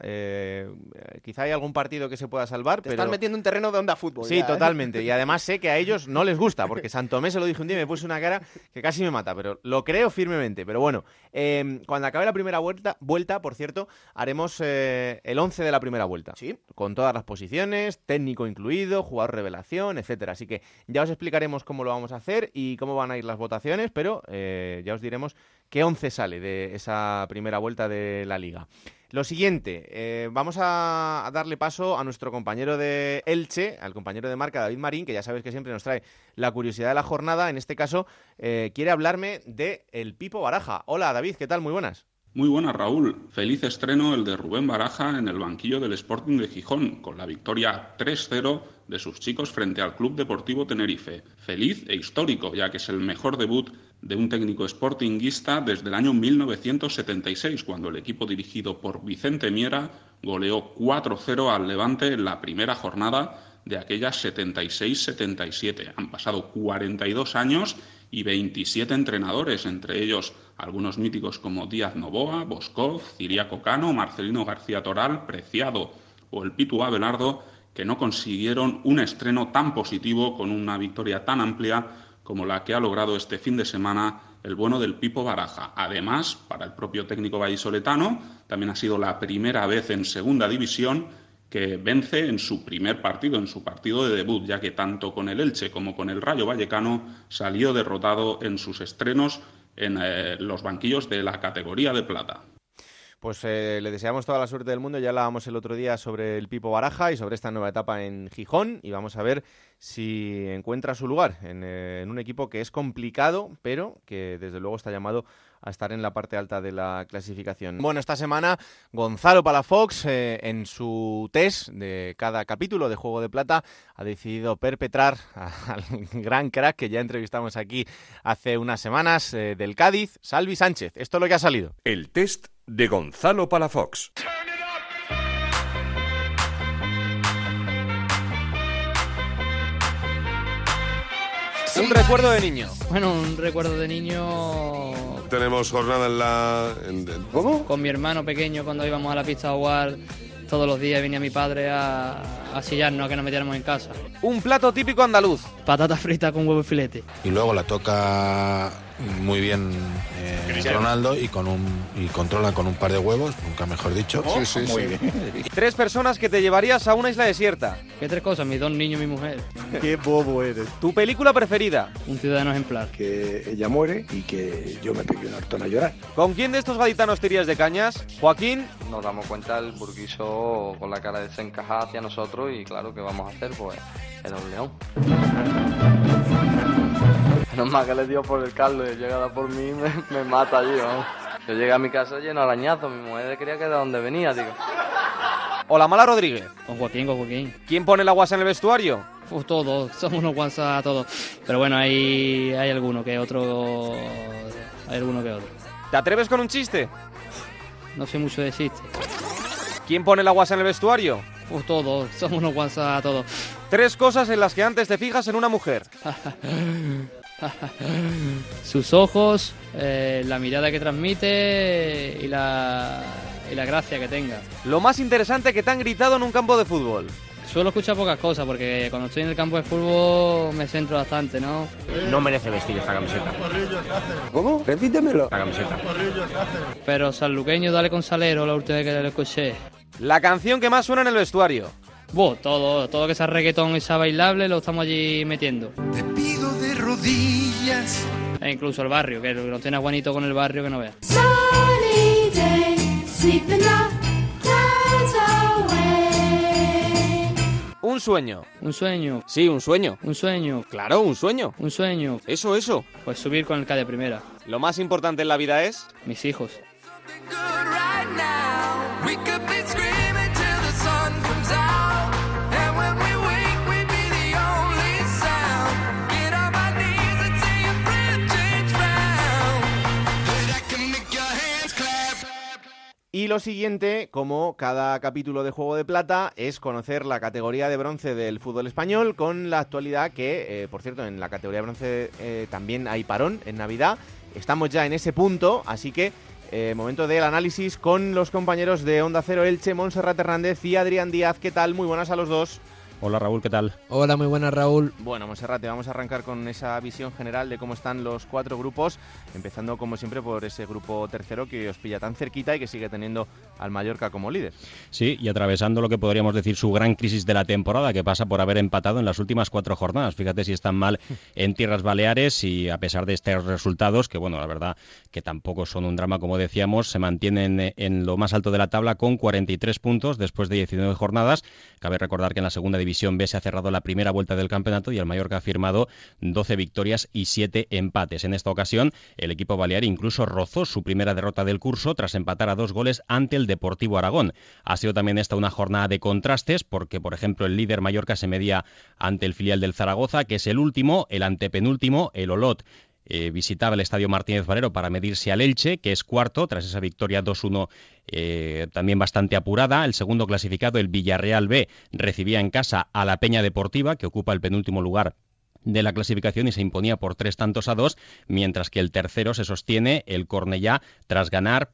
quizá hay algún partido que se pueda salvar, Te estás metiendo en terreno de Onda Fútbol. Sí, ya, totalmente, y además sé que a ellos no les gusta, porque Santomé se lo dije un día y me puse una cara que casi me mata, pero lo creo firmemente. Pero bueno, cuando acabe la primera vuelta, por cierto, haremos el 11 de la primera vuelta, ¿sí? Con todas las posiciones, técnico incluido, jugador revelación, etcétera. Así que ya os explicaremos cómo lo vamos a hacer y cómo van a ir las votaciones, pero ya os diremos qué 11 sale de esa primera vuelta de la Liga. Lo siguiente, vamos a darle paso a nuestro compañero de Elche, al compañero de marca David Marín, que ya sabes que siempre nos trae la curiosidad de la jornada. En este caso, quiere hablarme de el Pipo Baraja. Hola David, ¿qué tal? Muy buenas. Muy buenas, Raúl. Feliz estreno el de Rubén Baraja en el banquillo del Sporting de Gijón, con la victoria 3-0 de sus chicos frente al Club Deportivo Tenerife. Feliz e histórico, ya que es el mejor debut de un técnico sportinguista desde el año 1976, cuando el equipo dirigido por Vicente Miera goleó 4-0 al Levante en la primera jornada de aquella 76-77. Han pasado 42 años y 27 entrenadores, entre ellos algunos míticos como Díaz Novoa, Boscov, Ciriaco Cano, Marcelino García Toral, Preciado o el Pitu Abelardo, que no consiguieron un estreno tan positivo con una victoria tan amplia como la que ha logrado este fin de semana el bueno del Pipo Baraja. Además, para el propio técnico vallisoletano, también ha sido la primera vez en segunda división que vence en su primer partido, en su partido de debut, ya que tanto con el Elche como con el Rayo Vallecano salió derrotado en sus estrenos en los banquillos de la categoría de plata. Pues le deseamos toda la suerte del mundo. Ya hablábamos el otro día sobre el Pipo Baraja y sobre esta nueva etapa en Gijón, y vamos a ver si encuentra su lugar en un equipo que es complicado, pero que desde luego está llamado a estar en la parte alta de la clasificación. Bueno, esta semana Gonzalo Palafox, en su test de cada capítulo de Juego de Plata, ha decidido perpetrar al gran crack que ya entrevistamos aquí hace unas semanas, del Cádiz, Salvi Sánchez. Esto es lo que ha salido. El test de Gonzalo Palafox. Un recuerdo de niño. Bueno, un recuerdo de niño. Tenemos jornada ¿Cómo? Con mi hermano pequeño, cuando íbamos a la pista a jugar, todos los días venía mi padre a sillarnos, a que nos metiéramos en casa. Un plato típico andaluz. Patata frita con huevo y filete. Y luego la toca muy bien Ronaldo y controla con un par de huevos, nunca mejor dicho. Sí. Muy bien. 3 personas que te llevarías a una isla desierta. ¿Qué 3 cosas? Mis 2 niños y mi mujer. Qué bobo eres. ¿Tu película preferida? Un ciudadano ejemplar. Que ella muere y que yo me pegué un hartón a llorar. ¿Con quién de estos gaditanos te irías de cañas? Joaquín. Nos damos cuenta el burguiso con la cara desencajada hacia nosotros y claro, ¿qué vamos a hacer? Pues era un león. Menos mal que le dio por el Carlos y llegada por mí me mata allí, ¿no? Yo llegué a mi casa lleno de arañazos, mi mujer quería quedar donde venía, digo. Hola, Mala Rodríguez. Con Joaquín. ¿Quién pone la guasa en el vestuario? Todos, somos unos guasas todos. Pero bueno, hay alguno que otro. Hay alguno que otro. ¿Te atreves con un chiste? No sé mucho de chistes. ¿Quién pone la guasa en el vestuario? Todos, somos unos guasas todos. 3 cosas en las que antes te fijas en una mujer. Sus ojos, la mirada que transmite y la gracia que tenga. Lo más interesante que te han gritado en un campo de fútbol. Suelo escuchar pocas cosas porque cuando estoy en el campo de fútbol me centro bastante, ¿no? No merece vestir esta camiseta. ¿Cómo? Repítemelo. La camiseta. Pero sanluqueño, dale con salero la última vez que le escuché. La canción que más suena en el vestuario. Todo que sea reggaetón y sea bailable lo estamos allí metiendo. Te pido de rodillas. E incluso el barrio, que lo tiene Juanito con el barrio que no veas. Sunny day, sleeping the clouds away. Un sueño. ¿Un sueño? Sí, un sueño. ¿Un sueño? Claro, un sueño. ¿Un sueño? Eso. Pues subir con el K de primera. Lo más importante en la vida es... mis hijos. Y lo siguiente, como cada capítulo de Juego de Plata, es conocer la categoría de bronce del fútbol español con la actualidad que, por cierto, en la categoría de bronce también hay parón en Navidad. Estamos ya en ese punto, así que momento del análisis con los compañeros de Onda Cero Elche, Montserrat Hernández y Adrián Díaz. ¿Qué tal? Muy buenas a los dos. Hola Raúl, ¿qué tal? Hola, muy buenas Raúl. Bueno, Montserrat, vamos a arrancar con esa visión general de cómo están los 4 grupos, empezando como siempre por ese grupo tercero que os pilla tan cerquita y que sigue teniendo al Mallorca como líder. Sí, y atravesando lo que podríamos decir su gran crisis de la temporada, que pasa por haber empatado en las últimas 4 jornadas. Fíjate si están mal en Tierras Baleares y a pesar de estos resultados, que bueno, la verdad que tampoco son un drama como decíamos, se mantienen en lo más alto de la tabla con 43 puntos después de 19 jornadas. Cabe recordar que en la segunda división B se ha cerrado la primera vuelta del campeonato y el Mallorca ha firmado 12 victorias y 7 empates. En esta ocasión, el equipo balear incluso rozó su primera derrota del curso tras empatar a 2 goles ante el Deportivo Aragón. Ha sido también esta una jornada de contrastes porque, por ejemplo, el líder Mallorca se medía ante el filial del Zaragoza, que es el último, el antepenúltimo, el Olot. Visitaba el Estadio Martínez Valero para medirse al Elche, que es cuarto, tras esa victoria 2-1 también bastante apurada. El segundo clasificado, el Villarreal B, recibía en casa a la Peña Deportiva, que ocupa el penúltimo lugar de la clasificación y se imponía por 3-2, mientras que el tercero se sostiene, el Cornellá, tras perder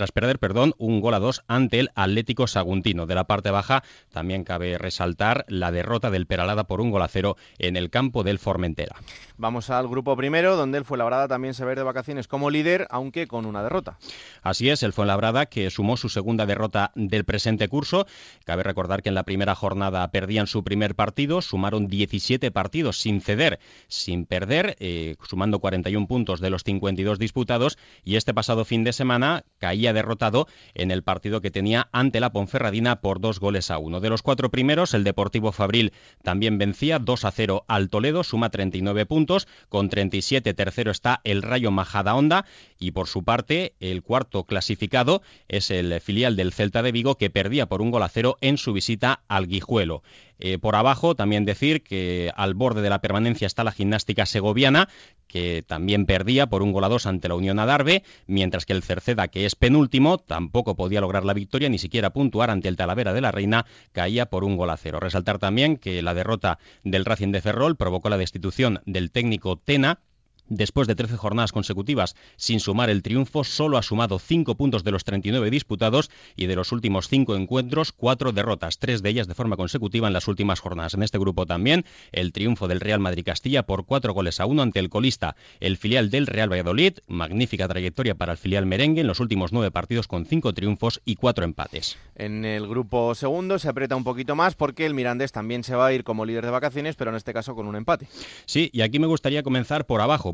1-2 ante el Atlético Saguntino. De la parte baja también cabe resaltar la derrota del Peralada por 1-0 en el campo del Formentera. Vamos al grupo primero, donde el Fuenlabrada también se va a ir de vacaciones como líder, aunque con una derrota. Así es, el Fuenlabrada, que sumó su segunda derrota del presente curso. Cabe recordar que en la primera jornada perdían su primer partido, sumaron 17 partidos sin perder, sumando 41 puntos de los 52 disputados, y este pasado fin de semana caía derrotado en el partido que tenía ante la Ponferradina por 2-1. De los 4 primeros, el Deportivo Fabril también vencía 2-0 al Toledo, suma 39 puntos, con 37 tercero está el Rayo Majadahonda, y por su parte el cuarto clasificado es el filial del Celta de Vigo, que perdía por 1-0 en su visita al Guijuelo. Por abajo, también decir que al borde de la permanencia está la Gimnástica Segoviana, que también perdía por 1-2 ante la Unión Adarve, mientras que el Cerceda, que es penúltimo, tampoco podía lograr la victoria, ni siquiera puntuar ante el Talavera de la Reina, caía por 1-0. Resaltar también que la derrota del Racing de Ferrol provocó la destitución del técnico Tena. Después de 13 jornadas consecutivas sin sumar el triunfo, solo ha sumado 5 puntos de los 39 disputados y de los últimos 5 encuentros, 4 derrotas, 3 de ellas de forma consecutiva en las últimas jornadas. En este grupo también el triunfo del Real Madrid Castilla por 4-1 ante el colista, el filial del Real Valladolid. Magnífica trayectoria para el filial merengue en los últimos 9 partidos con 5 triunfos y 4 empates. En el grupo segundo se aprieta un poquito más porque el Mirandés también se va a ir como líder de vacaciones, pero en este caso con un empate. Sí, y aquí me gustaría comenzar por abajo,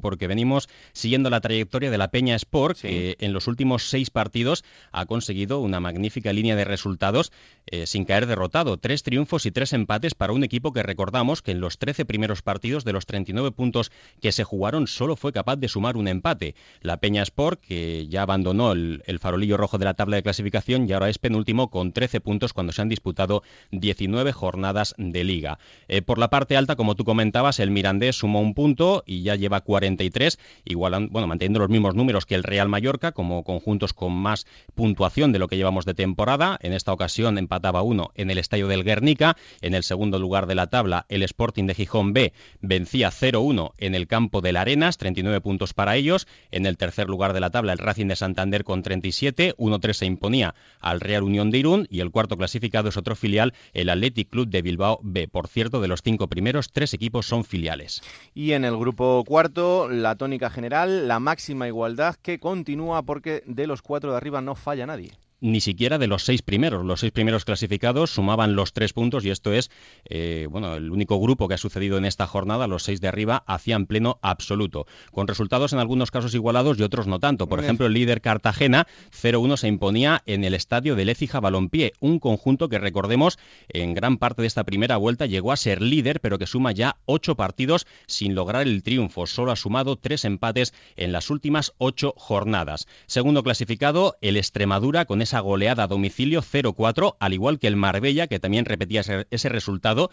porque venimos siguiendo la trayectoria de la Peña Sport, que en los últimos 6 partidos ha conseguido una magnífica línea de resultados sin caer derrotado. 3 triunfos y 3 empates para un equipo que recordamos que en los 13 primeros partidos de los 39 puntos que se jugaron solo fue capaz de sumar un empate. La Peña Sport, que ya abandonó el farolillo rojo de la tabla de clasificación y ahora es penúltimo con 13 puntos cuando se han disputado 19 jornadas de liga. Por la parte alta, como tú comentabas, el Mirandés sumó un punto y ya lleva 43, manteniendo los mismos números que el Real Mallorca, como conjuntos con más puntuación de lo que llevamos de temporada. En esta ocasión empataba 1 en el estadio del Guernica. En el segundo lugar de la tabla, el Sporting de Gijón B vencía 0-1 en el campo del Arenas, 39 puntos para ellos. En el tercer lugar de la tabla, el Racing de Santander con 37, 1-3 se imponía al Real Unión de Irún, y el cuarto clasificado es otro filial, el Athletic Club de Bilbao B. Por cierto, de los 5 primeros, 3 equipos son filiales. Y en el grupo cuarto, la tónica general, la máxima igualdad que continúa porque de los 4 de arriba no falla nadie. Ni siquiera de los 6 primeros. Los 6 primeros clasificados sumaban los 3 puntos y esto es el único grupo que ha sucedido en esta jornada. Los 6 de arriba hacían pleno absoluto, con resultados en algunos casos igualados y otros no tanto. Por ejemplo, el líder Cartagena 0-1 se imponía en el estadio del Écija Balompié, un conjunto que, recordemos, en gran parte de esta primera vuelta llegó a ser líder, pero que suma ya 8 partidos sin lograr el triunfo. Solo ha sumado 3 empates en las últimas 8 jornadas. Segundo clasificado, el Extremadura, con esa goleada a domicilio 0-4, al igual que el Marbella, que también repetía ese resultado.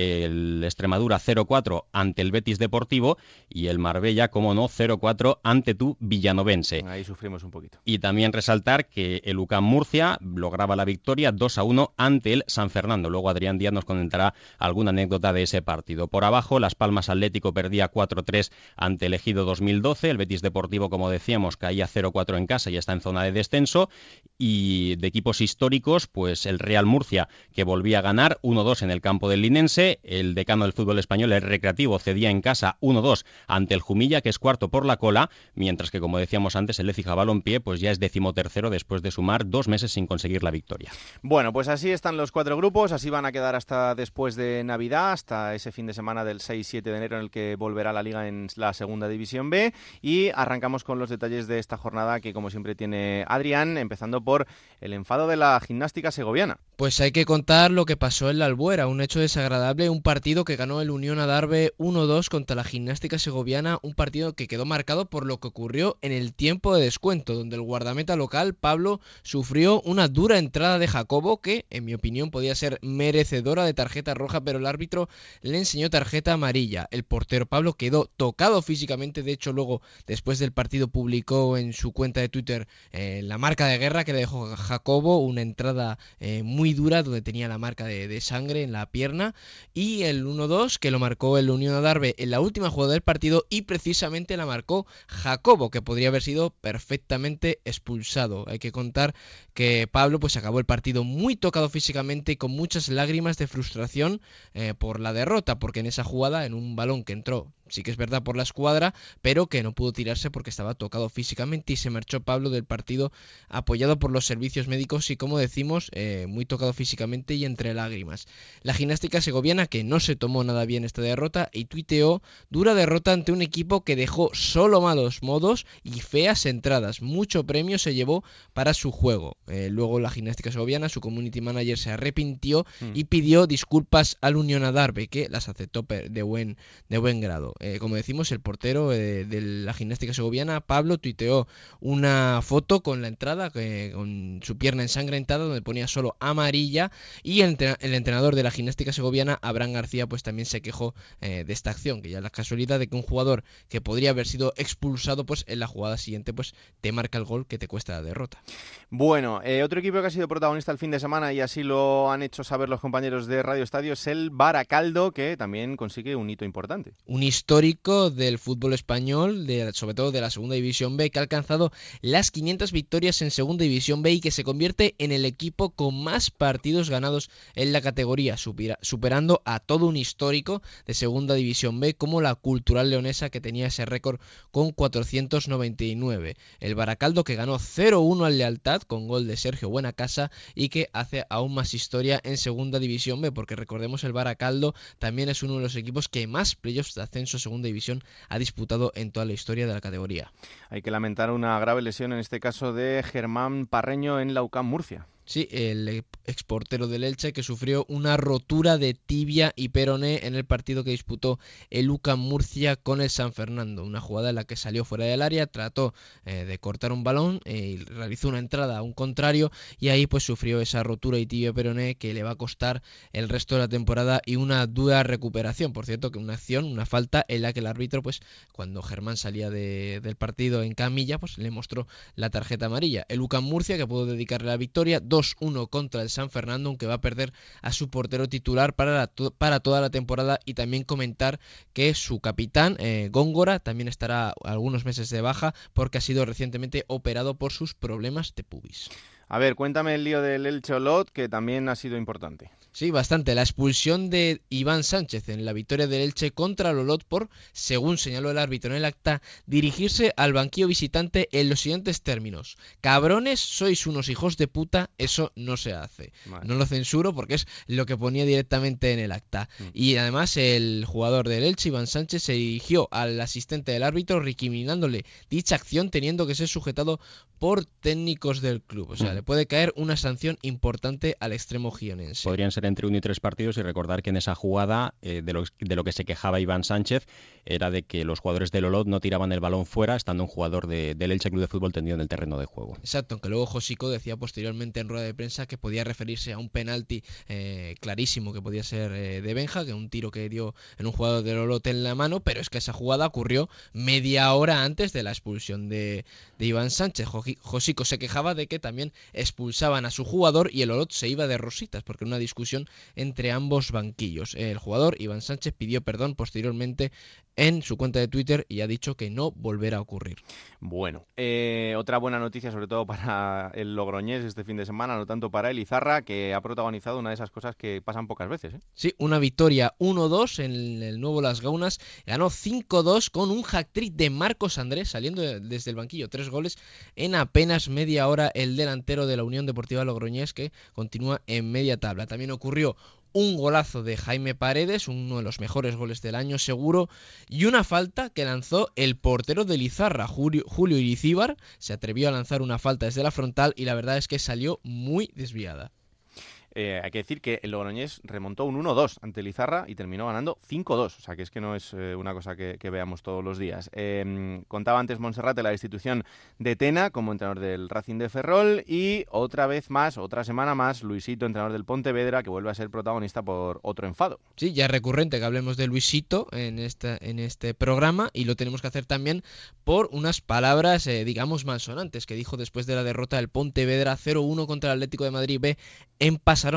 El Extremadura 0-4 ante el Betis Deportivo y el Marbella, como no, 0-4 ante tu Villanovense. Ahí sufrimos un poquito. Y también resaltar que el UCAM Murcia lograba la victoria 2-1 ante el San Fernando. Luego Adrián Díaz nos comentará alguna anécdota de ese partido. Por abajo, Las Palmas Atlético perdía 4-3 ante el Ejido 2012. El Betis Deportivo, como decíamos, caía 0-4 en casa y está en zona de descenso. Y de equipos históricos, pues el Real Murcia, que volvía a ganar 1-2 en el campo del Linense. El decano del fútbol español, el Recreativo, cedía en casa 1-2 ante el Jumilla, que es cuarto por la cola, mientras que, como decíamos antes, el Écija Balompié pues ya es 13º después de sumar 2 meses sin conseguir la victoria. Bueno, pues así están los 4 grupos, así van a quedar hasta después de Navidad, hasta ese fin de semana del 6-7 de enero en el que volverá la Liga en la Segunda División B, y arrancamos con los detalles de esta jornada que, como siempre, tiene Adrián, empezando por el enfado de la Gimnástica Segoviana. Pues hay que contar lo que pasó en la Albuera, un hecho desagradable, un partido que ganó el Unión Adarve 1-2 contra la Gimnástica Segoviana, un partido que quedó marcado por lo que ocurrió en el tiempo de descuento, donde el guardameta local, Pablo, sufrió una dura entrada de Jacobo que, en mi opinión, podía ser merecedora de tarjeta roja, pero el árbitro le enseñó tarjeta amarilla. El portero Pablo quedó tocado físicamente, de hecho luego, después del partido, publicó en su cuenta de Twitter la marca de guerra que le dejó Jacobo, una entrada muy dura donde tenía la marca de sangre en la pierna, y el 1-2 que lo marcó el Unión Adarve en la última jugada del partido, y precisamente la marcó Jacobo, que podría haber sido perfectamente expulsado. Hay que contar que Pablo pues acabó el partido muy tocado físicamente y con muchas lágrimas de frustración por la derrota, porque en esa jugada, en un balón que entró, sí que es verdad, por la escuadra, pero que no pudo tirarse porque estaba tocado físicamente, y se marchó Pablo del partido apoyado por los servicios médicos y, como decimos, muy tocado físicamente y entre lágrimas. La Gimnástica Segoviana, que no se tomó nada bien esta derrota, y tuiteó: dura derrota ante un equipo que dejó solo malos modos y feas entradas. Mucho premio se llevó para su juego. Luego la Gimnástica Segoviana, su community manager, se arrepintió y pidió disculpas al Unión Adarve, que las aceptó de buen grado. Como decimos, el portero de la Gimnástica Segoviana, Pablo, tuiteó una foto con la entrada, con su pierna ensangrentada, donde ponía solo amarilla, y el entrenador de la Gimnástica Segoviana, Abraham García, pues también se quejó de esta acción, que ya la casualidad de que un jugador que podría haber sido expulsado, pues en la jugada siguiente pues te marca el gol que te cuesta la derrota. Bueno, otro equipo que ha sido protagonista el fin de semana, y así lo han hecho saber los compañeros de Radio Estadio, es el Baracaldo, que también consigue un hito importante. Un histórico del fútbol español, sobre todo de la Segunda División B, que ha alcanzado las 500 victorias en Segunda División B y que se convierte en el equipo con más partidos ganados en la categoría, superando a todo un histórico de Segunda División B como la Cultural Leonesa, que tenía ese récord con 499. El Baracaldo, que ganó 0-1 al Lealtad con gol de Sergio Buenacasa y que hace aún más historia en Segunda División B, porque recordemos, el Baracaldo también es uno de los equipos que más playoffs de ascenso ascenso a segunda división ha disputado en toda la historia de la categoría. Hay que lamentar una grave lesión, en este caso de Germán Parreño en la UCAM Murcia. Sí, el exportero del Elche, que sufrió una rotura de tibia y peroné en el partido que disputó el UCAM Murcia con el San Fernando. Una jugada en la que salió fuera del área, trató de cortar un balón y realizó una entrada a un contrario, y ahí pues sufrió esa rotura de tibia y peroné que le va a costar el resto de la temporada y una dura recuperación. Por cierto, que una falta en la que el árbitro, pues cuando Germán salía del partido en camilla, pues le mostró la tarjeta amarilla. El UCAM Murcia, que pudo dedicarle la victoria 2-1 contra el San Fernando, aunque va a perder a su portero titular para toda la temporada, y también comentar que su capitán, Góngora, también estará algunos meses de baja porque ha sido recientemente operado por sus problemas de pubis. A ver, cuéntame el lío del Elche Olot, que también ha sido importante. Sí, bastante. La expulsión de Iván Sánchez en la victoria del Elche contra el Olot por, según señaló el árbitro en el acta, dirigirse al banquillo visitante en los siguientes términos: cabrones, sois unos hijos de puta, eso no se hace. Vale. No lo censuro porque es lo que ponía directamente en el acta. Y además el jugador del Elche, Iván Sánchez, se dirigió al asistente del árbitro recriminándole dicha acción, teniendo que ser sujetado por técnicos del club. O sea, le puede caer una sanción importante al extremo gionense. Podrían ser entre 1 y 3 partidos, y recordar que en esa jugada de lo que se quejaba Iván Sánchez era de que los jugadores del Olot no tiraban el balón fuera, estando un jugador del Elche Club de Fútbol tendido en el terreno de juego. Exacto, aunque luego Josico decía posteriormente en rueda de prensa que podía referirse a un penalti clarísimo que podía ser de Benja, que un tiro que dio en un jugador del Olot en la mano, pero es que esa jugada ocurrió media hora antes de la expulsión de Iván Sánchez. Josico se quejaba de que también expulsaban a su jugador y el Olot se iba de rositas, porque en una discusión entre ambos banquillos. El jugador Iván Sánchez pidió perdón posteriormente en su cuenta de Twitter y ha dicho que no volverá a ocurrir. Bueno, otra buena noticia, sobre todo para el Logroñés este fin de semana, no tanto para el Izarra, que ha protagonizado una de esas cosas que pasan pocas veces, ¿eh? Sí, una victoria 1-2 en el nuevo Las Gaunas, ganó 5-2 con un hat-trick de Marcos Andrés, saliendo desde el banquillo, 3 goles en apenas media hora, el delantero de la Unión Deportiva Logroñés, que continúa en media tabla. También ocurrió un golazo de Jaime Paredes, uno de los mejores goles del año seguro, y una falta que lanzó el portero del Izarra, Julio Irizíbar. Se atrevió a lanzar una falta desde la frontal y la verdad es que salió muy desviada. Hay que decir que el Logroñés remontó un 1-2 ante el Izarra y terminó ganando 5-2, o sea que es que no es una cosa que veamos todos los días. Contaba antes Monserrate la destitución de Tena como entrenador del Racing de Ferrol, y otra semana más, Luisito, entrenador del Pontevedra, que vuelve a ser protagonista por otro enfado. Sí, ya es recurrente que hablemos de Luisito en este programa, y lo tenemos que hacer también por unas palabras, digamos, malsonantes que dijo después de la derrota del Pontevedra 0-1 contra el Atlético de Madrid B en Pasarón,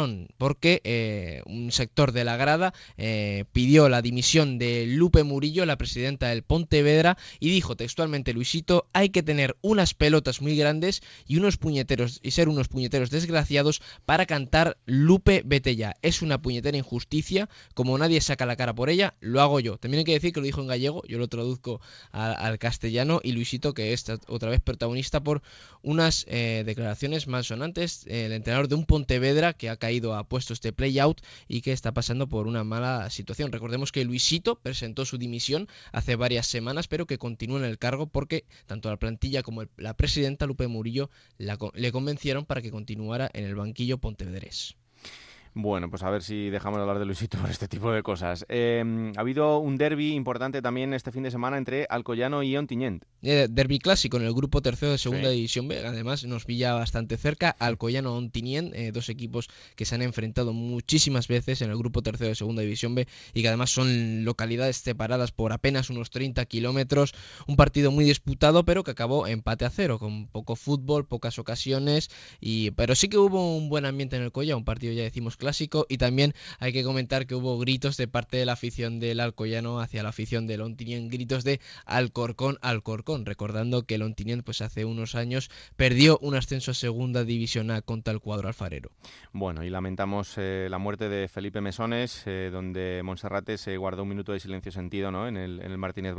porque un sector de la grada pidió la dimisión de Lupe Murillo, la presidenta del Pontevedra, y dijo textualmente Luisito: hay que tener unas pelotas muy grandes y ser unos puñeteros desgraciados para cantar Lupe vete ya. Es una puñetera injusticia, como nadie saca la cara por ella, lo hago yo. También hay que decir que lo dijo en gallego, yo lo traduzco al castellano, y Luisito, que es otra vez protagonista por unas declaraciones malsonantes, el entrenador de un Pontevedra que ha caído a puestos de play-out y que está pasando por una mala situación. Recordemos que Luisito presentó su dimisión hace varias semanas, pero que continúa en el cargo porque tanto la plantilla como la presidenta Lupe Murillo le convencieron para que continuara en el banquillo pontevedrés. Bueno, pues a ver si dejamos de hablar de Luisito por este tipo de cosas. Ha habido un derbi importante también este fin de semana entre Alcoyano y Ontinyent. Derbi clásico en el grupo tercero de segunda división B. Además nos pilla bastante cerca Alcoyano-Ontinyent, dos equipos que se han enfrentado muchísimas veces en el grupo tercero de segunda división B y que además son localidades separadas por apenas unos 30 kilómetros. Un partido muy disputado, pero que acabó empate a 0, con poco fútbol, pocas ocasiones, pero sí que hubo un buen ambiente en el Collao, un partido ya decimos clásico, y también hay que comentar que hubo gritos de parte de la afición del Alcoyano hacia la afición del Ontinyent, gritos de Alcorcón, Alcorcón, recordando que el Ontinyent pues hace unos años perdió un ascenso a segunda división A contra el cuadro alfarero. Bueno, y lamentamos la muerte de Felipe Mesones, donde Monserrate se guardó un minuto de silencio sentido, ¿no?, en el Martínez Valero.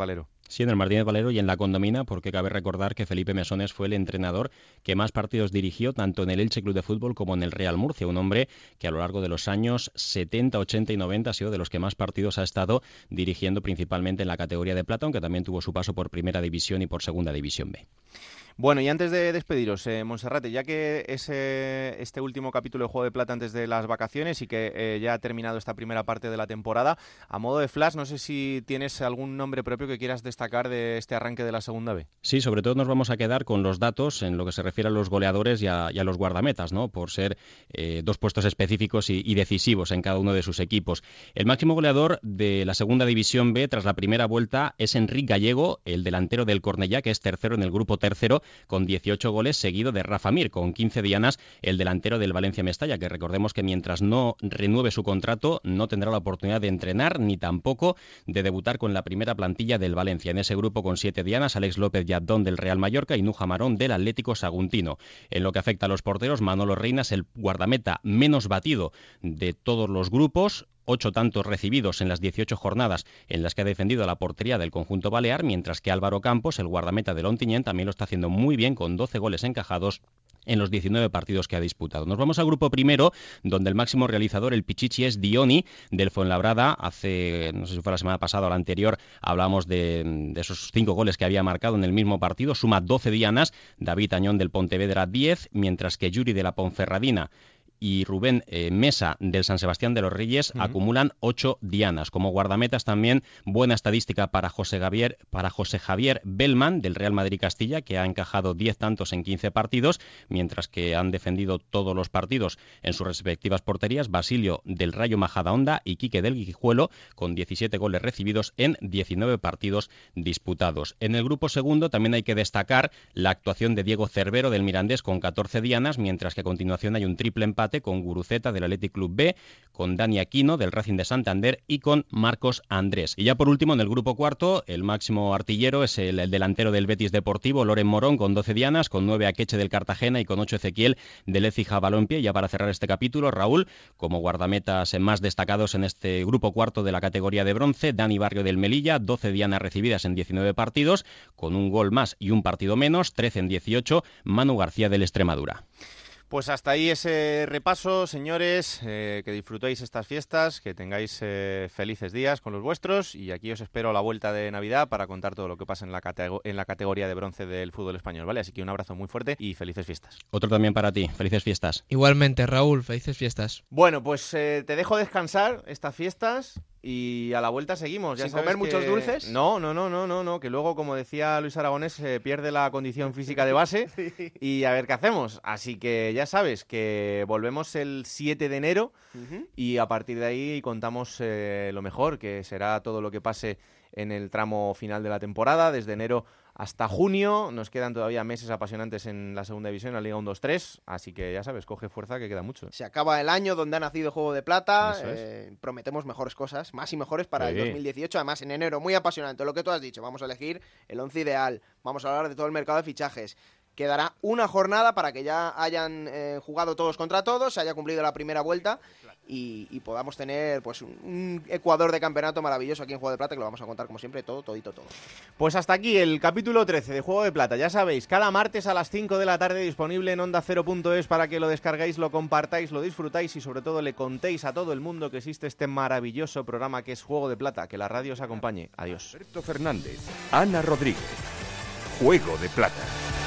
Sí, en el Martínez Valero y en la Condomina, porque cabe recordar que Felipe Mesones fue el entrenador que más partidos dirigió tanto en el Elche Club de Fútbol como en el Real Murcia, un hombre que a lo largo de los años 70, 80 y 90 ha sido de los que más partidos ha estado dirigiendo, principalmente en la categoría de plata, aunque también tuvo su paso por Primera División y por Segunda División B. Bueno, y antes de despediros, Monserrate, ya que es este último capítulo de Juego de Plata antes de las vacaciones y que ya ha terminado esta primera parte de la temporada, a modo de flash, no sé si tienes algún nombre propio que quieras destacar de este arranque de la Segunda B. Sí, sobre todo nos vamos a quedar con los datos en lo que se refiere a los goleadores y a los guardametas, ¿no? Por ser dos puestos específicos y decisivos en cada uno de sus equipos. El máximo goleador de la Segunda División B tras la primera vuelta es Enric Gallego, el delantero del Cornellá, que es tercero en el grupo tercero, con 18 goles, seguido de Rafa Mir, con 15 dianas, el delantero del Valencia Mestalla, que recordemos que mientras no renueve su contrato, no tendrá la oportunidad de entrenar, ni tampoco de debutar con la primera plantilla del Valencia. En ese grupo, con 7 dianas, Alex López Yabdón del Real Mallorca y Nuja Marón del Atlético Saguntino. En lo que afecta a los porteros, Manolo Reinas, el guardameta menos batido de todos los grupos, 8 tantos recibidos en las 18 jornadas en las que ha defendido la portería del conjunto balear, mientras que Álvaro Campos, el guardameta del Ontinyent, también lo está haciendo muy bien, con 12 goles encajados en los 19 partidos que ha disputado. Nos vamos al grupo primero, donde el máximo realizador, el Pichichi, es Dioni, del Fuenlabrada. Hace, no sé si fue la semana pasada o la anterior, hablamos de esos 5 goles que había marcado en el mismo partido. Suma 12 dianas. David Añón del Pontevedra, 10, mientras que Yuri de la Ponferradina y Rubén Mesa del San Sebastián de los Reyes acumulan 8 dianas. Como guardametas también buena estadística para José Javier Bellman del Real Madrid Castilla, que ha encajado 10 tantos en 15 partidos, mientras que han defendido todos los partidos en sus respectivas porterías Basilio del Rayo Majadahonda y Quique del Guijuelo, con 17 goles recibidos en 19 partidos disputados. En el grupo segundo también hay que destacar la actuación de Diego Cervero del Mirandés, con 14 dianas, mientras que a continuación hay un triple empate con Guruceta del Athletic Club B, con Dani Aquino del Racing de Santander y con Marcos Andrés. Y ya por último, en el grupo cuarto, el máximo artillero es el delantero del Betis Deportivo, Loren Morón, con 12 dianas, con 9 Akeche del Cartagena y con 8 Ezequiel del Écija Balompié. Y ya para cerrar este capítulo, Raúl, como guardametas más destacados en este grupo cuarto de la categoría de bronce, Dani Barrio del Melilla, 12 dianas recibidas en 19 partidos, con un gol más y un partido menos, 13 en 18, Manu García del Extremadura. Pues hasta ahí ese repaso, señores, que disfrutéis estas fiestas, que tengáis felices días con los vuestros, y aquí os espero a la vuelta de Navidad para contar todo lo que pasa en la categoría de bronce del fútbol español, ¿vale? Así que un abrazo muy fuerte y felices fiestas. Otro también para ti, felices fiestas. Igualmente, Raúl, felices fiestas. Bueno, pues te dejo descansar estas fiestas y a la vuelta seguimos. ¿Sin comer muchos dulces? No, que luego, como decía Luis Aragonés, se pierde la condición física de base y a ver qué hacemos. Así que ya sabes que volvemos el 7 de enero y a partir de ahí contamos lo mejor, que será todo lo que pase en el tramo final de la temporada, desde enero hasta junio. Nos quedan todavía meses apasionantes en la segunda división, en la Liga 1-2-3, así que ya sabes, coge fuerza que queda mucho. Se acaba el año donde ha nacido Juego de Plata, prometemos mejores cosas, más y mejores para el 2018, además en enero, muy apasionante, lo que tú has dicho, vamos a elegir el 11 ideal, vamos a hablar de todo el mercado de fichajes. Quedará una jornada para que ya hayan jugado todos contra todos, se haya cumplido la primera vuelta y podamos tener pues un Ecuador de campeonato maravilloso aquí en Juego de Plata, que lo vamos a contar como siempre, todo. Pues hasta aquí el capítulo 13 de Juego de Plata. Ya sabéis, cada martes a las 5 de la tarde disponible en OndaCero.es para que lo descarguéis, lo compartáis, lo disfrutáis y sobre todo le contéis a todo el mundo que existe este maravilloso programa que es Juego de Plata. Que la radio os acompañe. Adiós. Alberto Fernández, Ana Rodríguez. Juego de Plata.